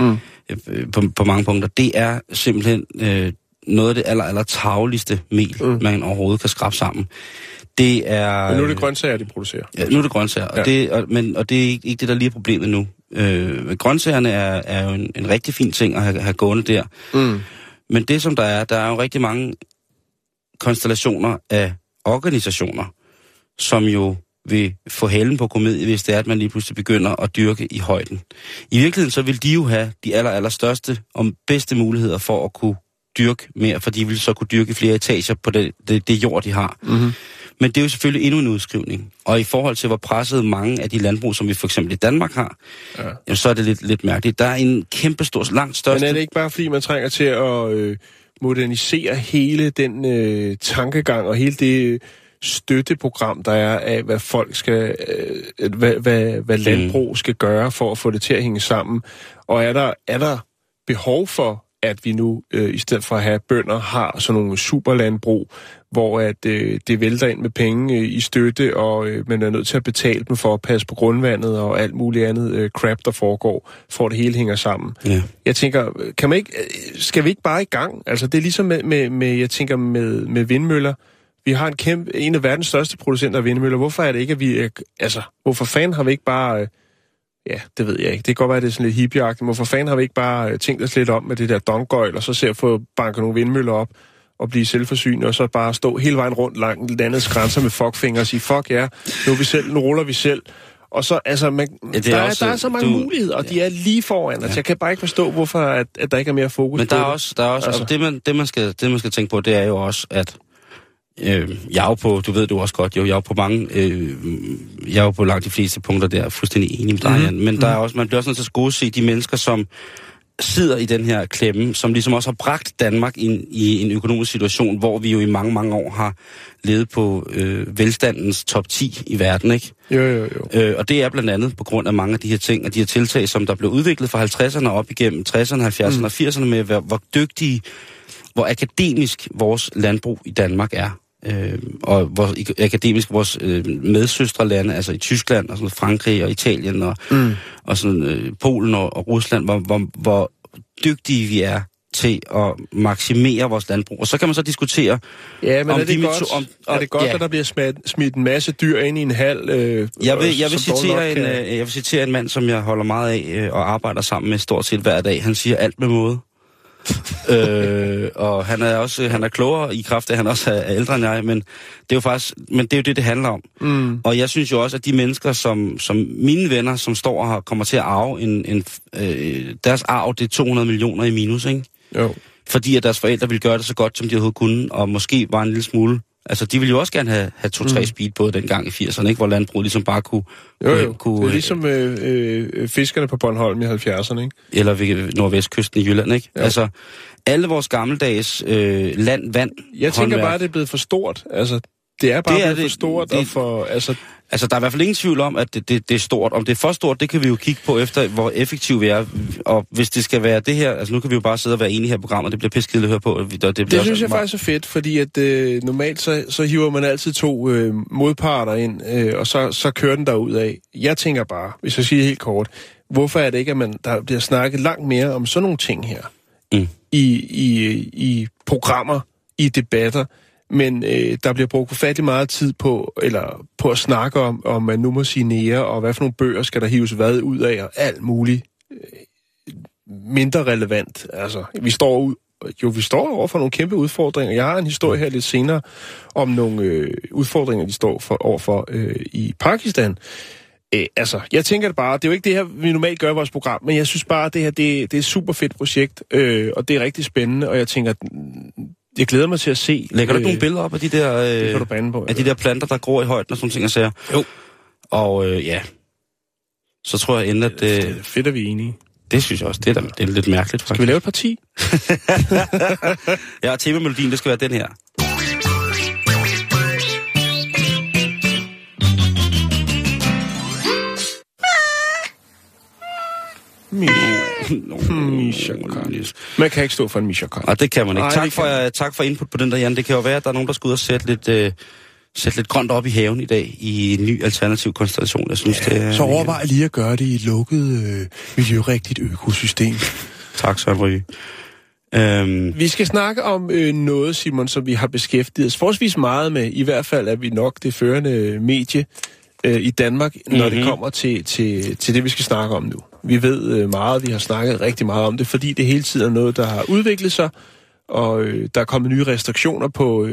på mange punkter, det er simpelthen noget af det aller tarveligste mel, man overhovedet kan skrabe sammen. Det er... Men nu er det grøntsager, de producerer. Ja, nu er det grøntsager, ja. og det er ikke det, der lige er problemet nu. Grøntsagerne er jo en rigtig fin ting at have gående der. Men det, som der er jo rigtig mange konstellationer af organisationer, som jo vil få halen på komedie, hvis det er, at man lige pludselig begynder at dyrke i højden. I virkeligheden så vil de jo have de allerstørste og bedste muligheder for at kunne dyrke mere, for de vil så kunne dyrke flere etager på det jord, de har. Mm-hmm. Men det er jo selvfølgelig endnu en udskrivning. Og i forhold til, hvor presset mange af de landbrug, som vi for eksempel i Danmark har, jamen, så er det lidt mærkeligt. Der er en kæmpe stor, langt største... Men er det ikke bare, fordi man trænger til at modernisere hele den tankegang og hele det støtteprogram, der er af, hvad folk skal... hvad landbrug skal gøre for at få det til at hænge sammen? Og er der behov for, at vi nu, i stedet for at have bønder, har sådan nogle superlandbrug, hvor at det vælter ind med penge i støtte, og man er nødt til at betale dem for at passe på grundvandet og alt muligt andet crap, der foregår, for at det hele hænger sammen. Ja. Jeg tænker, skal vi ikke bare i gang? Altså, det er ligesom med vindmøller. Vi har en af verdens største producenter af vindmøller. Hvorfor er det ikke, at vi... hvorfor fanden har vi ikke bare... Ja, det ved jeg ikke. Det kan godt være, at det er sådan lidt hippieagtigt. Hvorfor fanden har vi ikke bare tænkt os lidt om med det der dongøjl, og så ser at få banket nogle vindmøller op og blive selvforsynende, og så bare stå hele vejen rundt langt landets grænser med fuckfinger og sige, fuck ja, nu ruller vi selv. Og så, altså, der er så mange muligheder, og de er lige foran. Altså, jeg kan bare ikke forstå, hvorfor at der ikke er mere fokus på det. Men der er også altså. Det man skal tænke på, det er jo også, at jeg er jo på, du ved du også godt, jeg er jo på mange, jeg er jo på langt de fleste punkter der, fuldstændig enig med dig, Jan. Men der er også, man bliver også nødt til at gode se de mennesker, som sidder i den her klemme, som ligesom også har bragt Danmark ind i en økonomisk situation, hvor vi jo i mange år har levet på velstandens top 10 i verden, ikke? Jo. Og det er blandt andet på grund af mange af de her ting, og de her tiltag, som der blev udviklet fra 50'erne op igennem 60'erne, 70'erne og 80'erne med, hvor dygtige, hvor akademisk vores landbrug i Danmark er. Og hvor akademisk vores medsøstrelande, altså i Tyskland og sådan Frankrig og Italien og sådan Polen og Rusland, hvor dygtige vi er til at maksimere vores landbrug. Og så kan man så diskutere... Ja, men er det godt, at der bliver smidt en masse dyr ind i en hal? Jeg vil citere en mand, som jeg holder meget af og arbejder sammen med stort set hver dag. Han siger alt med måde. Og han er klogere i kraft af, at han også er ældre end jeg, men det er jo det handler om. Og jeg synes jo også, at de mennesker, som mine venner, som står og kommer til at arve deres arv, det er 200 millioner i minus, ikke? Jo. Fordi at deres forældre ville gøre det så godt, som de overhovedet kunne, og måske var en lille smule. Altså, de ville jo også gerne have 2-3 speedbåde dengang i 80'erne, ikke? Hvor landbruget ligesom bare kunne... Jo. Det er ligesom fiskerne på Bornholm i 70'erne, ikke? Eller ved nordvestkysten i Jylland, ikke? Jo. Altså, alle vores gammeldags vand... Jeg tænker bare, at det er blevet for stort. Altså, det er bare blevet for stort og for... Altså, der er i hvert fald ingen tvivl om, at det er stort. Om det er for stort, det kan vi jo kigge på efter, hvor effektiv vi er. Og hvis det skal være det her... Altså, nu kan vi jo bare sidde og være enige her i programmet. Det bliver piskedeligt at høre på. Det synes jeg faktisk er fedt, fordi at normalt så hiver man altid 2 modparter ind, og så kører den derudad. Jeg tænker bare, hvis jeg siger helt kort, hvorfor er det ikke, at der bliver snakket langt mere om sådan nogle ting her? I programmer, i debatter, men der bliver brugt ufattelig meget tid på at snakke om man nu må sige nære, og hvad for nogle bøger skal der hives hvad ud af, og alt muligt mindre relevant. Altså, vi står over for nogle kæmpe udfordringer. Jeg har en historie her lidt senere om nogle udfordringer, de står overfor i Pakistan. Jeg tænker det bare, det er jo ikke det her, vi normalt gør i vores program, men jeg synes bare, at det her, det er et super fedt projekt, og det er rigtig spændende, og jeg tænker, jeg glæder mig til at se... Lægger du ikke nogle billeder op af de der, af de der planter, der gror i højden og sådan ting, jeg ser? Jo. Og så tror jeg endelig, at det... Det er fedt, at vi er enige. Det synes jeg også. Det er lidt mærkeligt, faktisk. Skal vi lave et parti? Ja, temamelodien, det skal være den her. Misha-Karl. Man kan ikke stå for en Misha-Karl. Nej, det kan man ikke. Tak for input på den der, Jan. Det kan jo være, at der er nogen, der skal ud og sætte lidt grønt op i haven i dag i en ny alternativ konstellation. Jeg synes, det er... Så overvej lige at gøre det i et lukket, miljørigtigt økosystem. Tak, Søren Ryge. Vi skal snakke om noget, Simon, som vi har beskæftiget os forholdsvis meget med. I hvert fald er vi nok det førende medie i Danmark, når det kommer til det, vi skal snakke om nu. Vi ved meget, vi har snakket rigtig meget om det, fordi det hele tiden er noget, der har udviklet sig, og der er kommet nye restriktioner på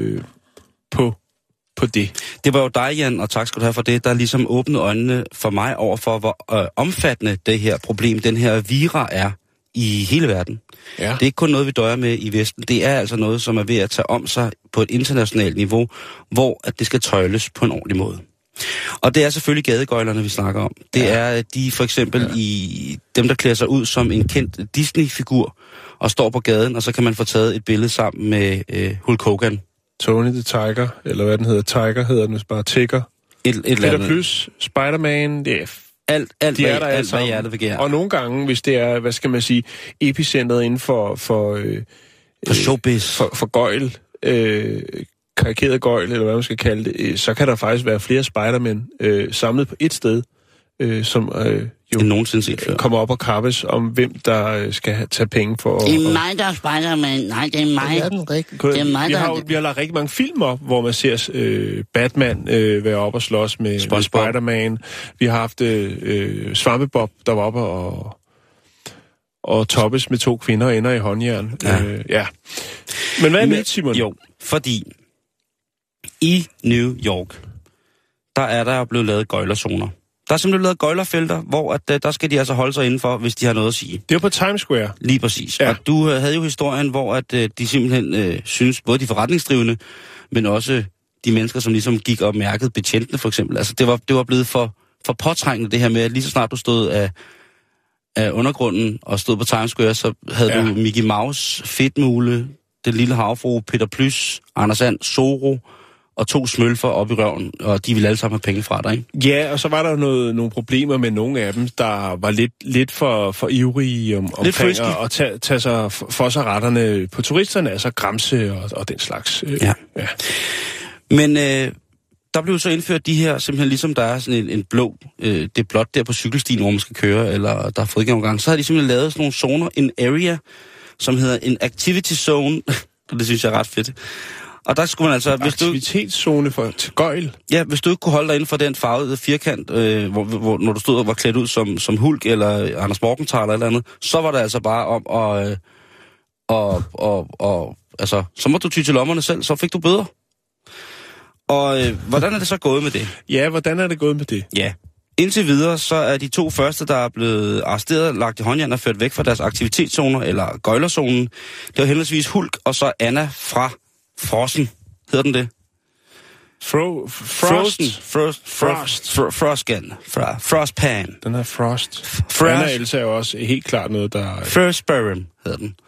det. Det var jo dig, Jan, og tak skal du have for det, der ligesom åbnede øjnene for mig over for, hvor omfattende det her problem, den her vira er i hele verden. Ja. Det er ikke kun noget, vi døjer med i Vesten. Det er altså noget, som er ved at tage om sig på et internationalt niveau, hvor at det skal tøjles på en ordentlig måde. Og det er selvfølgelig gadegøjlerne, vi snakker om. Det er de for eksempel i dem, der klæder sig ud som en kendt Disney-figur og står på gaden, og så kan man få taget et billede sammen med Hulk Hogan. Tony the Tiger, eller hvad den hedder. Tiger hedder den, bare Tigger. Peter Plys, Spider-Man, det er alt hvad hjertet begærer. Og nogle gange, hvis det er, hvad skal man sige, epicentret inden for showbiz, for gøjl, karikeret gøjl, eller hvad man skal kalde det, så kan der faktisk være flere Spider-Man samlet på et sted, som jo nogensinde set før kommer op og kappes om, hvem der skal tage penge for... Det er mig, der er Spider-Man. Nej, det er mig. Det er den rigtige. Det er mig, vi har lagt rigtig mange film op, hvor man ser Batman være op og slås med Spider-Man. Vi har haft Svampebob, der var oppe og toppes med 2 kvinder og ender i håndjern. Ja. Men hvad er det, Simon? Jo, fordi i New York, der er der blevet lavet gøjlerzoner. Der er simpelthen lavet gøjlerfelter, hvor at, der skal de altså holde sig indenfor, hvis de har noget at sige. Det er på Times Square. Lige præcis. Ja. Og du havde jo historien, hvor at, de simpelthen synes, både de forretningsdrivende, men også de mennesker, som ligesom gik og mærkede betjentene for eksempel. Altså det var blevet for påtrængende det her med, at lige så snart du stod af undergrunden og stod på Times Square, så havde du Mickey Mouse, Fedtmule, Den Lille Havfrue, Peter Plys, Anders And, Zorro og 2 smølfer op i røven, og de ville alle sammen have penge fra dig, ikke? Ja, og så var der nogle problemer med nogle af dem, der var lidt for ivrige omkring at tage sig for sig retterne på turisterne, altså gramse og den slags. Ja. Men der blev så indført de her, simpelthen ligesom der er sådan en blå, det er blot der på cykelstien, hvor man skal køre, eller der er fodgængergang, så har de simpelthen lavet sådan nogle zoner, en area, som hedder en activity zone. Det synes jeg er ret fedt. Og der skulle man altså... Aktivitetszone til gøjl? Ja, hvis du ikke kunne holde dig inden for den farvede firkant, hvor når du stod og var klædt ud som Hulk eller Anders Morgenthaler eller andet, så var det altså bare om altså, så må du ty til lommerne selv, så fik du bøder. Og hvordan er det så gået med det? Ja, hvordan er det gået med det? Ja. Indtil videre, så er de 2 første, der er blevet arresteret, lagt i håndjern og ført væk fra deres aktivitetszoner, eller gøjlerzonen. Det var henholdsvis Hulk, og så Anna fra Frosten. Hedder den det? Frostpan. Den her Frost. Anna Elsa er jo også helt klart noget, der... Frostburn hedder den.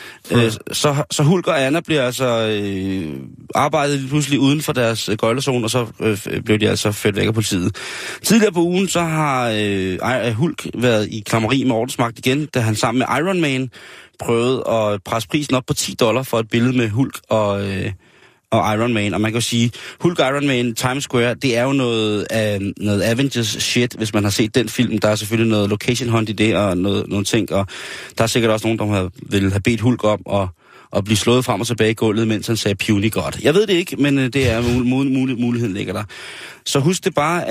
Så Hulk og Anna bliver altså arbejdet pludselig uden for deres gøjlerzone, og så blev de altså ført væk af politiet. Tidligere på ugen, så har Hulk været i klammeri med ordensmagt igen, da han sammen med Iron Man prøvede at presse prisen op på $10 for et billede med Hulk og Iron Man. Og man kan jo sige, Hulk og Iron Man, Times Square, det er jo noget Avengers shit, hvis man har set den film. Der er selvfølgelig noget location hunt i det, og nogle ting, og der er sikkert også nogen, der vil have bedt Hulk om at blive slået frem og tilbage i gulvet, mens han sagde puny godt. Jeg ved det ikke, men det er muligheden ligger der. Så husk det bare,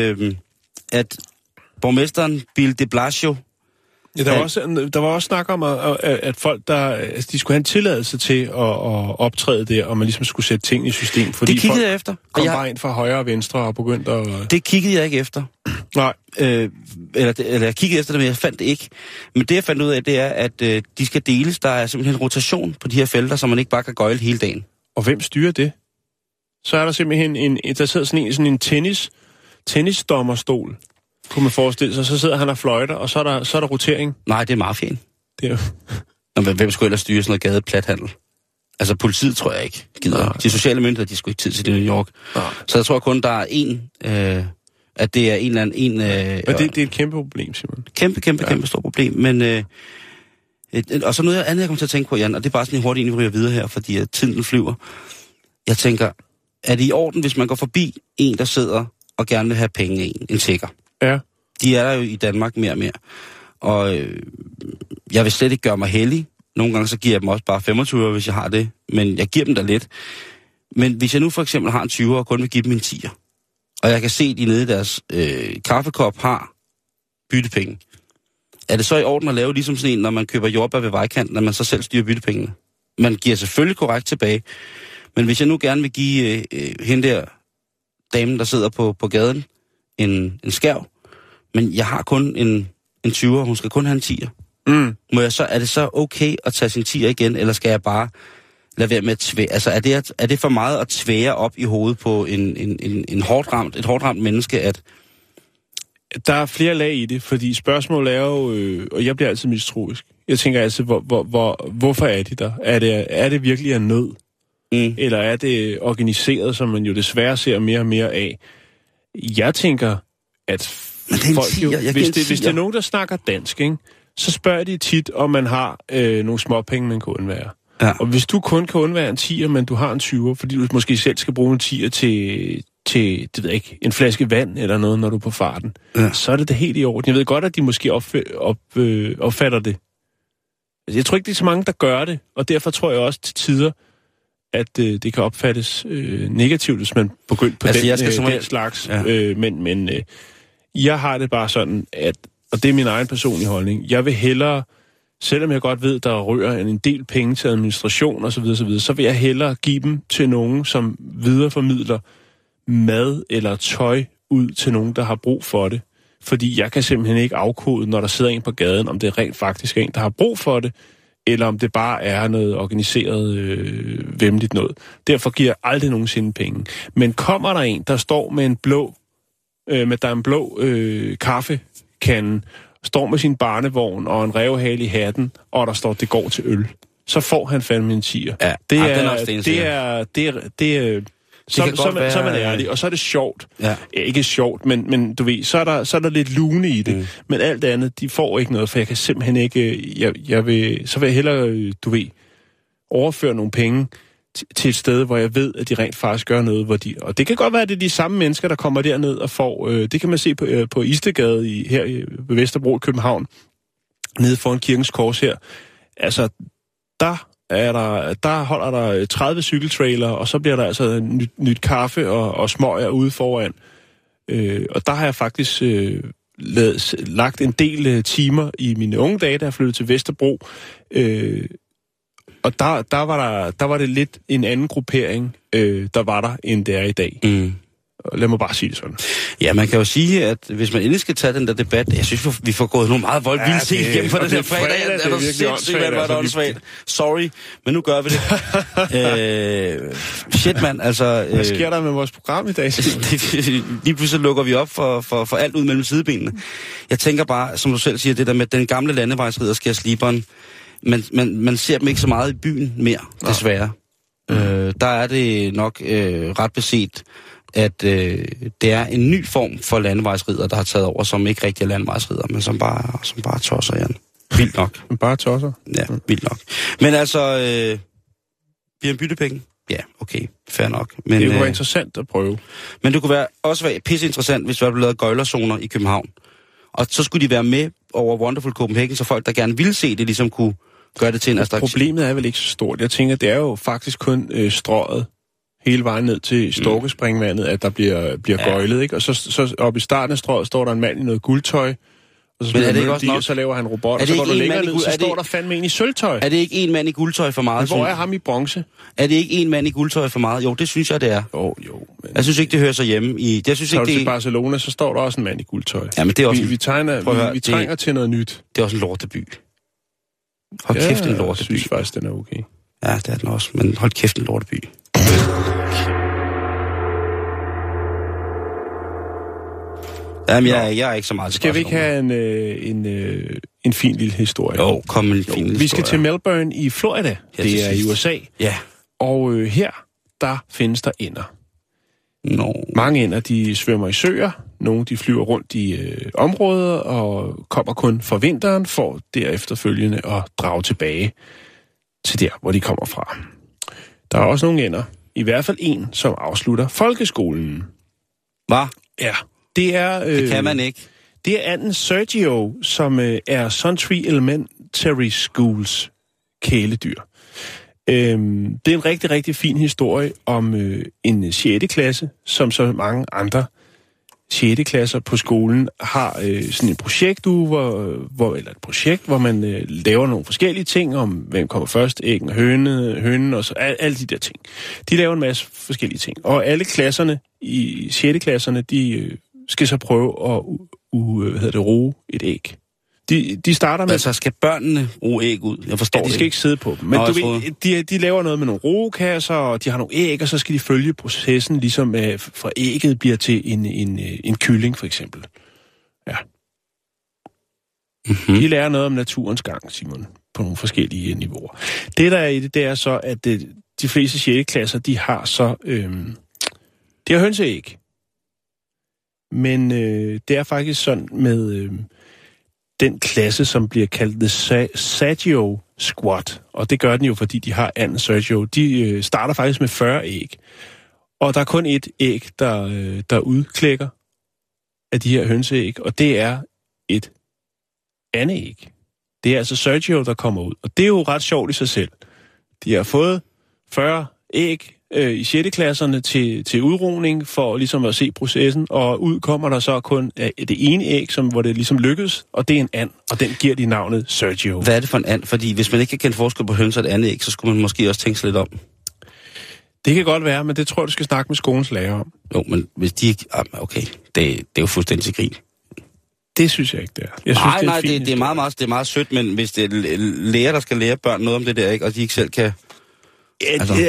at borgmesteren Bill de Blasio, ja, der var også snak om, at folk, de skulle have en tilladelse til at optræde der, og man ligesom skulle sætte ting i system, fordi det kiggede jeg efter. Kom bare ind fra højre og venstre og begyndte at... Det kiggede jeg ikke efter. Nej. Eller jeg kiggede efter det, men jeg fandt det ikke. Men det, jeg fandt ud af, det er, at de skal deles. Der er simpelthen rotation på de her felter, så man ikke bare kan gøjle hele dagen. Og hvem styrer det? Så er der simpelthen der sidder sådan en tennisdommerstol, kunne man forestille sig. Så sidder han og fløjter, og så er der rotering. Nej, det er mafiaen. Det er jo... Nå, men hvem skulle ellers styre sådan noget gadeplathandel? Altså politiet tror jeg ikke gider. Ja. De sociale myndigheder, de skulle ikke tid til det i New York. Ja. Så jeg tror kun, der er at det er en eller anden... det er et kæmpe problem, Simon. Kæmpe stort problem. Men... og så noget andet, jeg kommer til at tænke på, Jan, og det er bare sådan en hurtigt, inden vi ryger videre her, fordi at tiden flyver. Jeg tænker, er det i orden, hvis man går forbi en, der sidder og gerne vil have penge af en tigger? Ja. De er der jo i Danmark mere og mere. Og jeg vil slet ikke gøre mig heldig. Nogle gange så giver jeg dem også bare 25 €, hvis jeg har det. Men jeg giver dem da lidt. Men hvis jeg nu for eksempel har en 20 og kun vil give dem en 10'er, og jeg kan se, at de nede i deres kaffekop har byttepenge, er det så i orden at lave ligesom sådan en, når man køber jordbær ved vejkanten, når man så selv styrer byttepengene? Man giver selvfølgelig korrekt tilbage. Men hvis jeg nu gerne vil give hende der damen, der sidder på gaden, en skærv, men jeg har kun en 20'er, hun skal kun have en 10'er. Er det så okay at tage sin 10'er igen, eller skal jeg bare lade være med at tvære? Altså, er det for meget at tvære op i hovedet på et hårdt ramt menneske, at... Der er flere lag i det, fordi spørgsmålet er jo, og jeg bliver altid mistroisk. Jeg tænker altså, hvorfor er de der? Er det virkelig en nød? Eller er det organiseret, som man jo desværre ser mere og mere af? Jeg tænker, at folk jo, hvis det er nogen, der snakker dansk, ikke, så spørger de tit, om man har nogle småpenge, man kan undvære. Ja. Og hvis du kun kan undvære en 10'er, men du har en 20'er, fordi du måske selv skal bruge en 10'er til det ved jeg ikke, en flaske vand eller noget, når du er på farten, så er det helt i orden. Jeg ved godt, at de måske opfatter det. Altså, jeg tror ikke, det er så mange, der gør det, og derfor tror jeg også til tider, at det kan opfattes negativt, hvis man begynder på den slags. Ja. Men jeg har det bare sådan, og det er min egen personlige holdning, jeg vil hellere, selvom jeg godt ved, der rører en del penge til administration osv., så vil jeg hellere give dem til nogen, som videreformidler mad eller tøj ud til nogen, der har brug for det. Fordi jeg kan simpelthen ikke afkode, når der sidder en på gaden, om det rent faktisk er en, der har brug for det, eller om det bare er noget organiseret væmmeligt noget. Derfor giver jeg aldrig nogensinde penge. Men kommer der en, der står med en blå kaffekande, står med sin barnevogn og en rævehale i hatten, og der står, det går til øl, så får han fandme en 10'er. Ja, så er man ærlig, og så er det sjovt. Ja. Ikke sjovt, men du ved, så er der lidt lune i det. Men alt andet, de får ikke noget, for jeg kan simpelthen ikke... Så vil jeg hellere, du ved, overføre nogle penge til et sted, hvor jeg ved, at de rent faktisk gør noget, hvor de... Og det kan godt være, at det er de samme mennesker, der kommer derned og får... det kan man se på Istegade her ved Vesterbro i København, nede foran Kirkens Kors her. Altså, der holder der 30 cykeltrailer, og så bliver der altså nyt kaffe og smøger ude foran. Og der har jeg faktisk lagt en del timer i mine unge dage, da jeg flyttede til Vesterbro. Og der var det lidt en anden gruppering, der var der, end det er i dag. Mm. Lad mig bare sige det sådan. Ja, man kan jo sige, at hvis man endelig skal tage den der debat, jeg synes, vi får gået nogle meget voldelige ting igennem for det der fredag. Er du sindssygt, hvad var det åndssvagt? Sorry, men nu gør vi det. Shit, mand, altså... Hvad sker der med vores program i dag? Lige pludselig lukker vi op for alt ud mellem sidebenene. Jeg tænker bare, som du selv siger, det der med den gamle landevejsridder skærer sliberen. Man ser dem ikke så meget i byen mere, desværre. Der er det nok ret beset, at det er en ny form for landevejsridder, der har taget over, som ikke rigtig er landevejsridder, men som bare tosser, Jan. Vildt nok. Bare tosser? Ja, vildt nok. Men altså, bliver en byttepenge? Ja, okay, fair nok. Men, det kunne være interessant at prøve. Men det kunne også være pisse interessant, hvis vi havde lavet gøjlerzoner i København. Og så skulle de være med over Wonderful Copenhagen, så folk, der gerne ville se det, ligesom kunne gøre det til en attraktion. Problemet er vel ikke så stort. Jeg tænker, det er jo faktisk kun strøget hele vejen ned til Storkespringvandet, at der bliver gøjlet, ikke? Og så oppe i starten af strøget står der en mand i noget guldtøj, og så, men er det ikke også nok? Og så laver han robot, og så går du længere ned, så står der fandme en i sølvtøj. Er det ikke en mand i guldtøj for meget? Men hvor er ham i bronze? Er det ikke en mand i guldtøj for meget? Jo, det synes jeg, det er. Jo. Men... Jeg synes ikke, det hører sig hjemme i... Jeg synes så ikke, det... til Barcelona, så står der også en mand i guldtøj. Ja, men det er også... Vi trænger til noget nyt. Det er også en lorteby. Hold kæft, en lorteby. Jeg synes faktisk, den er okay. Ja, det er den også, men hold kæft, en lorteby. Jamen, jeg er ikke så meget til Skal vi ikke have en fin lille historie? Jo, kom en fin lille historie. Vi skal til Melbourne i Florida. Ja, det er i USA. Ja. Og her, der findes der ænder. Mange ænder, de svømmer i søer. Nogle, de flyver rundt i områder og kommer kun for vinteren, for derefter følgende at drage tilbage til der, hvor de kommer fra. Der er også nogle ænder, i hvert fald en, som afslutter folkeskolen. Hvad? Ja. Det kan man ikke. Det er anden Sergio, som er Suntree Elementary Schools kæledyr. Det er en rigtig, rigtig fin historie om en 6. klasse, som så mange andre 6. klasser på skolen har sådan en projektuge, hvor man laver nogle forskellige ting om, hvem kommer først, æggen og hønen og så alle de der ting. De laver en masse forskellige ting. Og alle klasserne i 6. klasserne, de skal så prøve at roe et æg. De starter med... Altså, skal børnene roe æg ud? Jeg forstår de skal ikke sidde på dem. Men de laver noget med nogle roekasser, og de har nogle æg, og så skal de følge processen, ligesom fra ægget bliver til en kylling, for eksempel. Ja. Mm-hmm. De lærer noget om naturens gang, Simon, på nogle forskellige niveauer. Det, der er i det er så, at de fleste 6. klasser, de har så... de har hønseæg. Men det er faktisk sådan med den klasse, som bliver kaldt The Sergio Squad. Og det gør den jo, fordi de har anden Sergio. De starter faktisk med 40 æg. Og der er kun et æg, der udklækker af de her hønseæg. Og det er et andet æg. Det er altså Sergio, der kommer ud. Og det er jo ret sjovt i sig selv. De har fået 40 æg i 6. klasserne til udrugning for ligesom at se processen, og ud kommer der så kun det ene æg, hvor det ligesom lykkedes, og det er en and, og den giver de navnet Sergio. Hvad er det for en and? Fordi hvis man ikke kan kende forskel på høns og et andet æg, så skulle man måske også tænke sig lidt om. Det kan godt være, men det tror jeg, du skal snakke med skolens lærer om. Jo, men hvis de ikke... Okay, det er jo fuldstændig til grin. Det synes jeg ikke, det er. Nej, det er meget sødt, men hvis det er lærer, der skal lære børn noget om det der, ikke, og de ikke selv kan... Ja,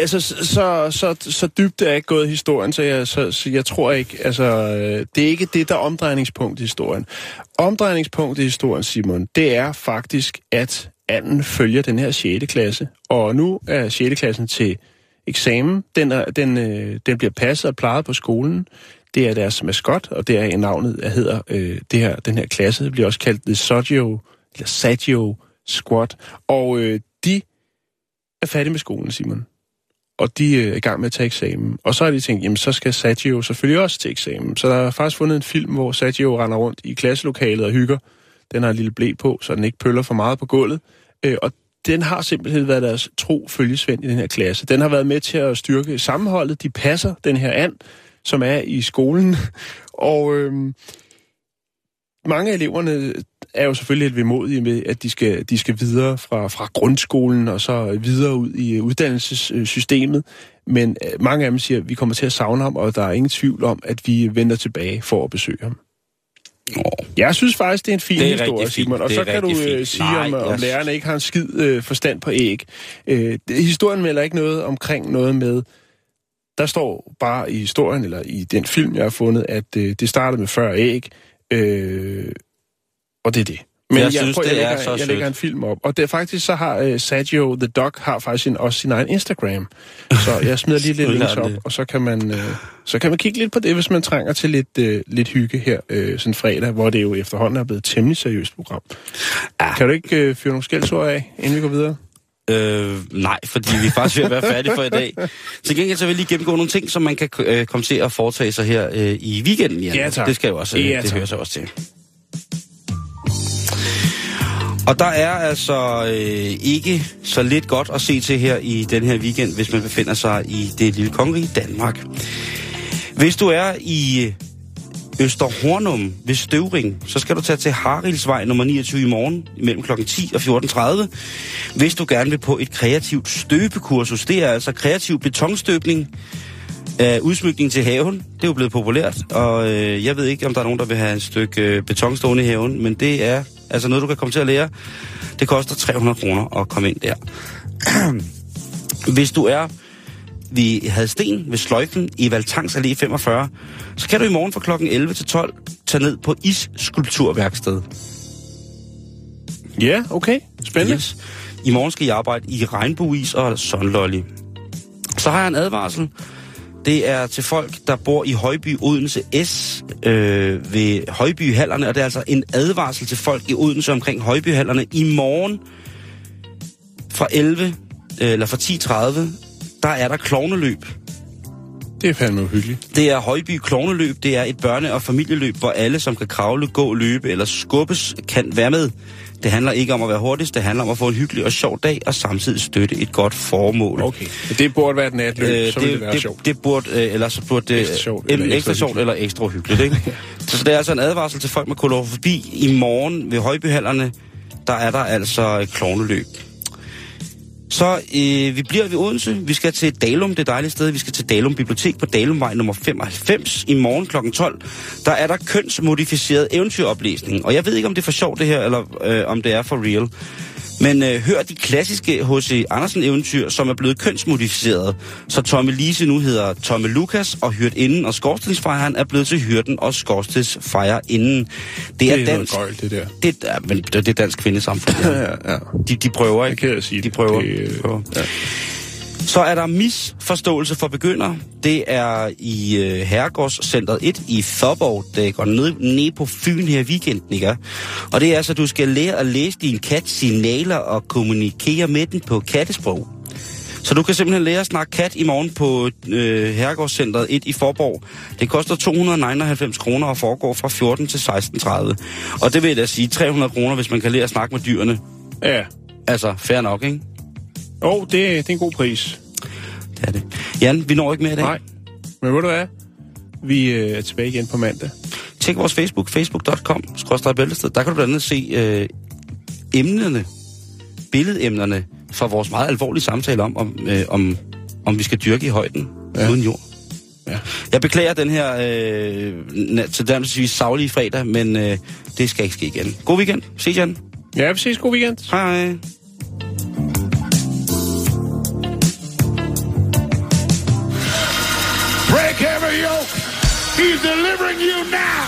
så dybt er ikke gået i historien, så jeg tror ikke, det er ikke det, der er omdrejningspunkt i historien. Omdrejningspunkt i historien, Simon, det er faktisk, at anden følger den her 6. klasse, og nu er 6. klassen til eksamen. Den bliver passet og plejet på skolen. Det er deres maskot, og det er navnet, der hedder den her klasse. Det bliver også kaldt The Sergio Squad, og de er færdige med skolen, Simon. Og de er i gang med at tage eksamen. Og så har de tænkt, jamen så skal Sergio selvfølgelig også til eksamen. Så der er faktisk fundet en film, hvor Sergio render rundt i klasselokalet og hygger. Den har en lille ble på, så den ikke pøller for meget på gulvet. Og den har simpelthen været deres tro følgesvend i den her klasse. Den har været med til at styrke sammenholdet. De passer den her and, som er i skolen. Og mange af eleverne er jo selvfølgelig lidt vemodige med, at de skal videre fra grundskolen og så videre ud i uddannelsessystemet. Men mange af dem siger, at vi kommer til at savne ham, og der er ingen tvivl om, at vi vender tilbage for at besøge ham. Jeg synes faktisk, det er en fin historie, Simon. Og så kan du sige, om lærerne ikke har en skid forstand på æg. Historien melder ikke noget omkring noget med... Der står bare i historien, eller i den film, jeg har fundet, at det startede med 40 æg. Og det er det. Men jeg lægger en film op. Og det er faktisk, så har Sergio the Dog har faktisk også sin egen Instagram. Så jeg smider lige lidt links op, og så kan man kigge lidt på det, hvis man trænger til lidt hygge her sådan fredag, hvor det jo efterhånden er blevet et temmelig seriøst program. Ja. Kan du ikke fyre nogle skældsord af, inden vi går videre? Nej, fordi vi er faktisk ved at være færdige for i dag. Til gengæld så vil jeg lige gennemgå nogle ting, som man kan komme til at foretage sig her i weekenden. Ja, tak. Det skal jo også, det hører sig også til. Og der er altså ikke så lidt godt at se til her i den her weekend, hvis man befinder sig i det lille kongerige Danmark. Hvis du er i Østerhornum ved Støvring, så skal du tage til Harildsvej nummer 29 i morgen mellem kl. 10 og 14.30. Hvis du gerne vil på et kreativt støbekursus, det er altså kreativ betonstøbning, udsmykning til haven. Det er jo blevet populært, og jeg ved ikke, om der er nogen, der vil have et stykke beton stående i haven, men det er altså noget, du kan komme til at lære. Det koster 300 kroner at komme ind der. Hvis du er ved Hadsten ved Sløjfen i Valtangs Allé 45, så kan du i morgen fra klokken 11 til 12 tage ned på Isskulpturværksted. Ja, okay. Spændende. Yes. I morgen skal jeg arbejde i regnbueis og sunlolly. Så har jeg en advarsel. Det er til folk, der bor i Højby Odense S ved Højbyhallerne, og det er altså en advarsel til folk i Odense omkring Højbyhallerne. I morgen fra 11 eller fra 10.30, der er der klovneløb. Det er fandme uhyggeligt. Det er Højby Klovneløb. Det er et børne- og familieløb, hvor alle, som kan kravle, gå, løbe eller skubbes, kan være med. Det handler ikke om at være hurtigst, det handler om at få en hyggelig og sjov dag, og samtidig støtte et godt formål. Okay, det burde være et natløb, så ville det være sjovt. Det burde, eller så burde det enten ekstra sjovt eller ekstra hyggeligt, ikke? Så det er altså en advarsel til folk med kolofobi. I morgen ved Højbyhallerne, der er der altså klovneløb. Så vi bliver ved Odense. Vi skal til Dalum, det dejlige sted. Vi skal til Dalum Bibliotek på Dalumvej nummer 95 i morgen kl. 12. Der er der kønsmodificeret eventyroplæsning. Og jeg ved ikke, om det er for sjovt det her, eller om det er for real. Men hør de klassiske H.C. Andersen-eventyr, som er blevet kønsmodificeret. Så Tomme Lise nu hedder Tomme Lukas, og Hyrdinden og Skorstensfejeren er blevet til Hyrden og Skorstensfejerinden. Det er dansk. Gøjl, det der. Det er dansk kvindesamfund. Ja. De prøver, ikke? Det kan jeg sige. De prøver. Ja. Så er der misforståelse for begyndere. Det er i Herregårdscentret 1 i Fåborg. Det går ned på Fyn her weekenden, ikke? Og det er altså, du skal lære at læse din kats signaler og kommunikere med den på kattesprog. Så du kan simpelthen lære at snakke kat i morgen på Herregårdscentret 1 i Fåborg. Det koster 299 kroner og foregår fra 14 til 16.30. Og det vil jeg da sige 300 kroner, hvis man kan lære at snakke med dyrene. Ja. Altså, fair nok, ikke? Det er en god pris. Det er det. Jan, vi når ikke mere i dag. Nej, men ved du hvad? Vi er tilbage igen på mandag. Tjek vores Facebook, facebook.com/bæltested. Der kan du blandt andet se billedemnerne fra vores meget alvorlige samtale om vi skal dyrke i højden uden jord. Ja. Jeg beklager den her til dernæstvis savlige fredag, men det skal ikke ske igen. God weekend. Ses, Jan. Ja, vi ses. God weekend. Hej. Break every yoke. He's delivering you now.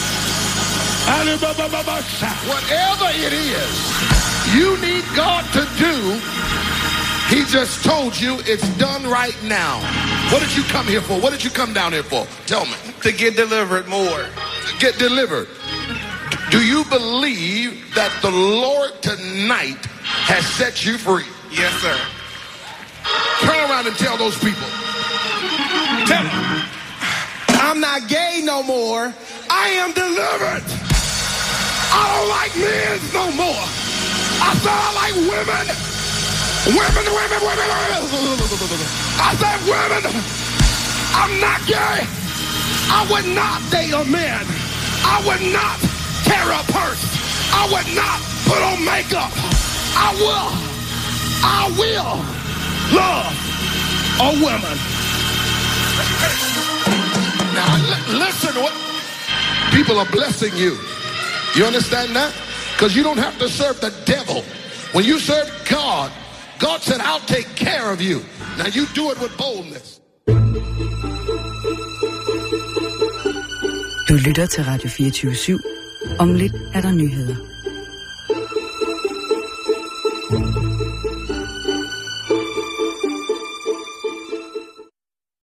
Whatever it is you need God to do, He just told you it's done right now. What did you come here for? What did you come down here for? Tell me. To get delivered more. To get delivered. Do you believe that the Lord tonight has set you free? Yes, sir. Turn around and tell those people. Tell them. I'm not gay no more. I am delivered. I don't like men no more. I said I like women. Women. I said women. I'm not gay. I would not date a man. I would not carry a purse. I would not put on makeup. I will love a woman. Now listen, what people are blessing you. You understand that? Because you don't have to serve the devil. When you serve God, God said, I'll take care of you. Now you do it with boldness. Du lytter til Radio 24/7. Om lidt er der nyheder.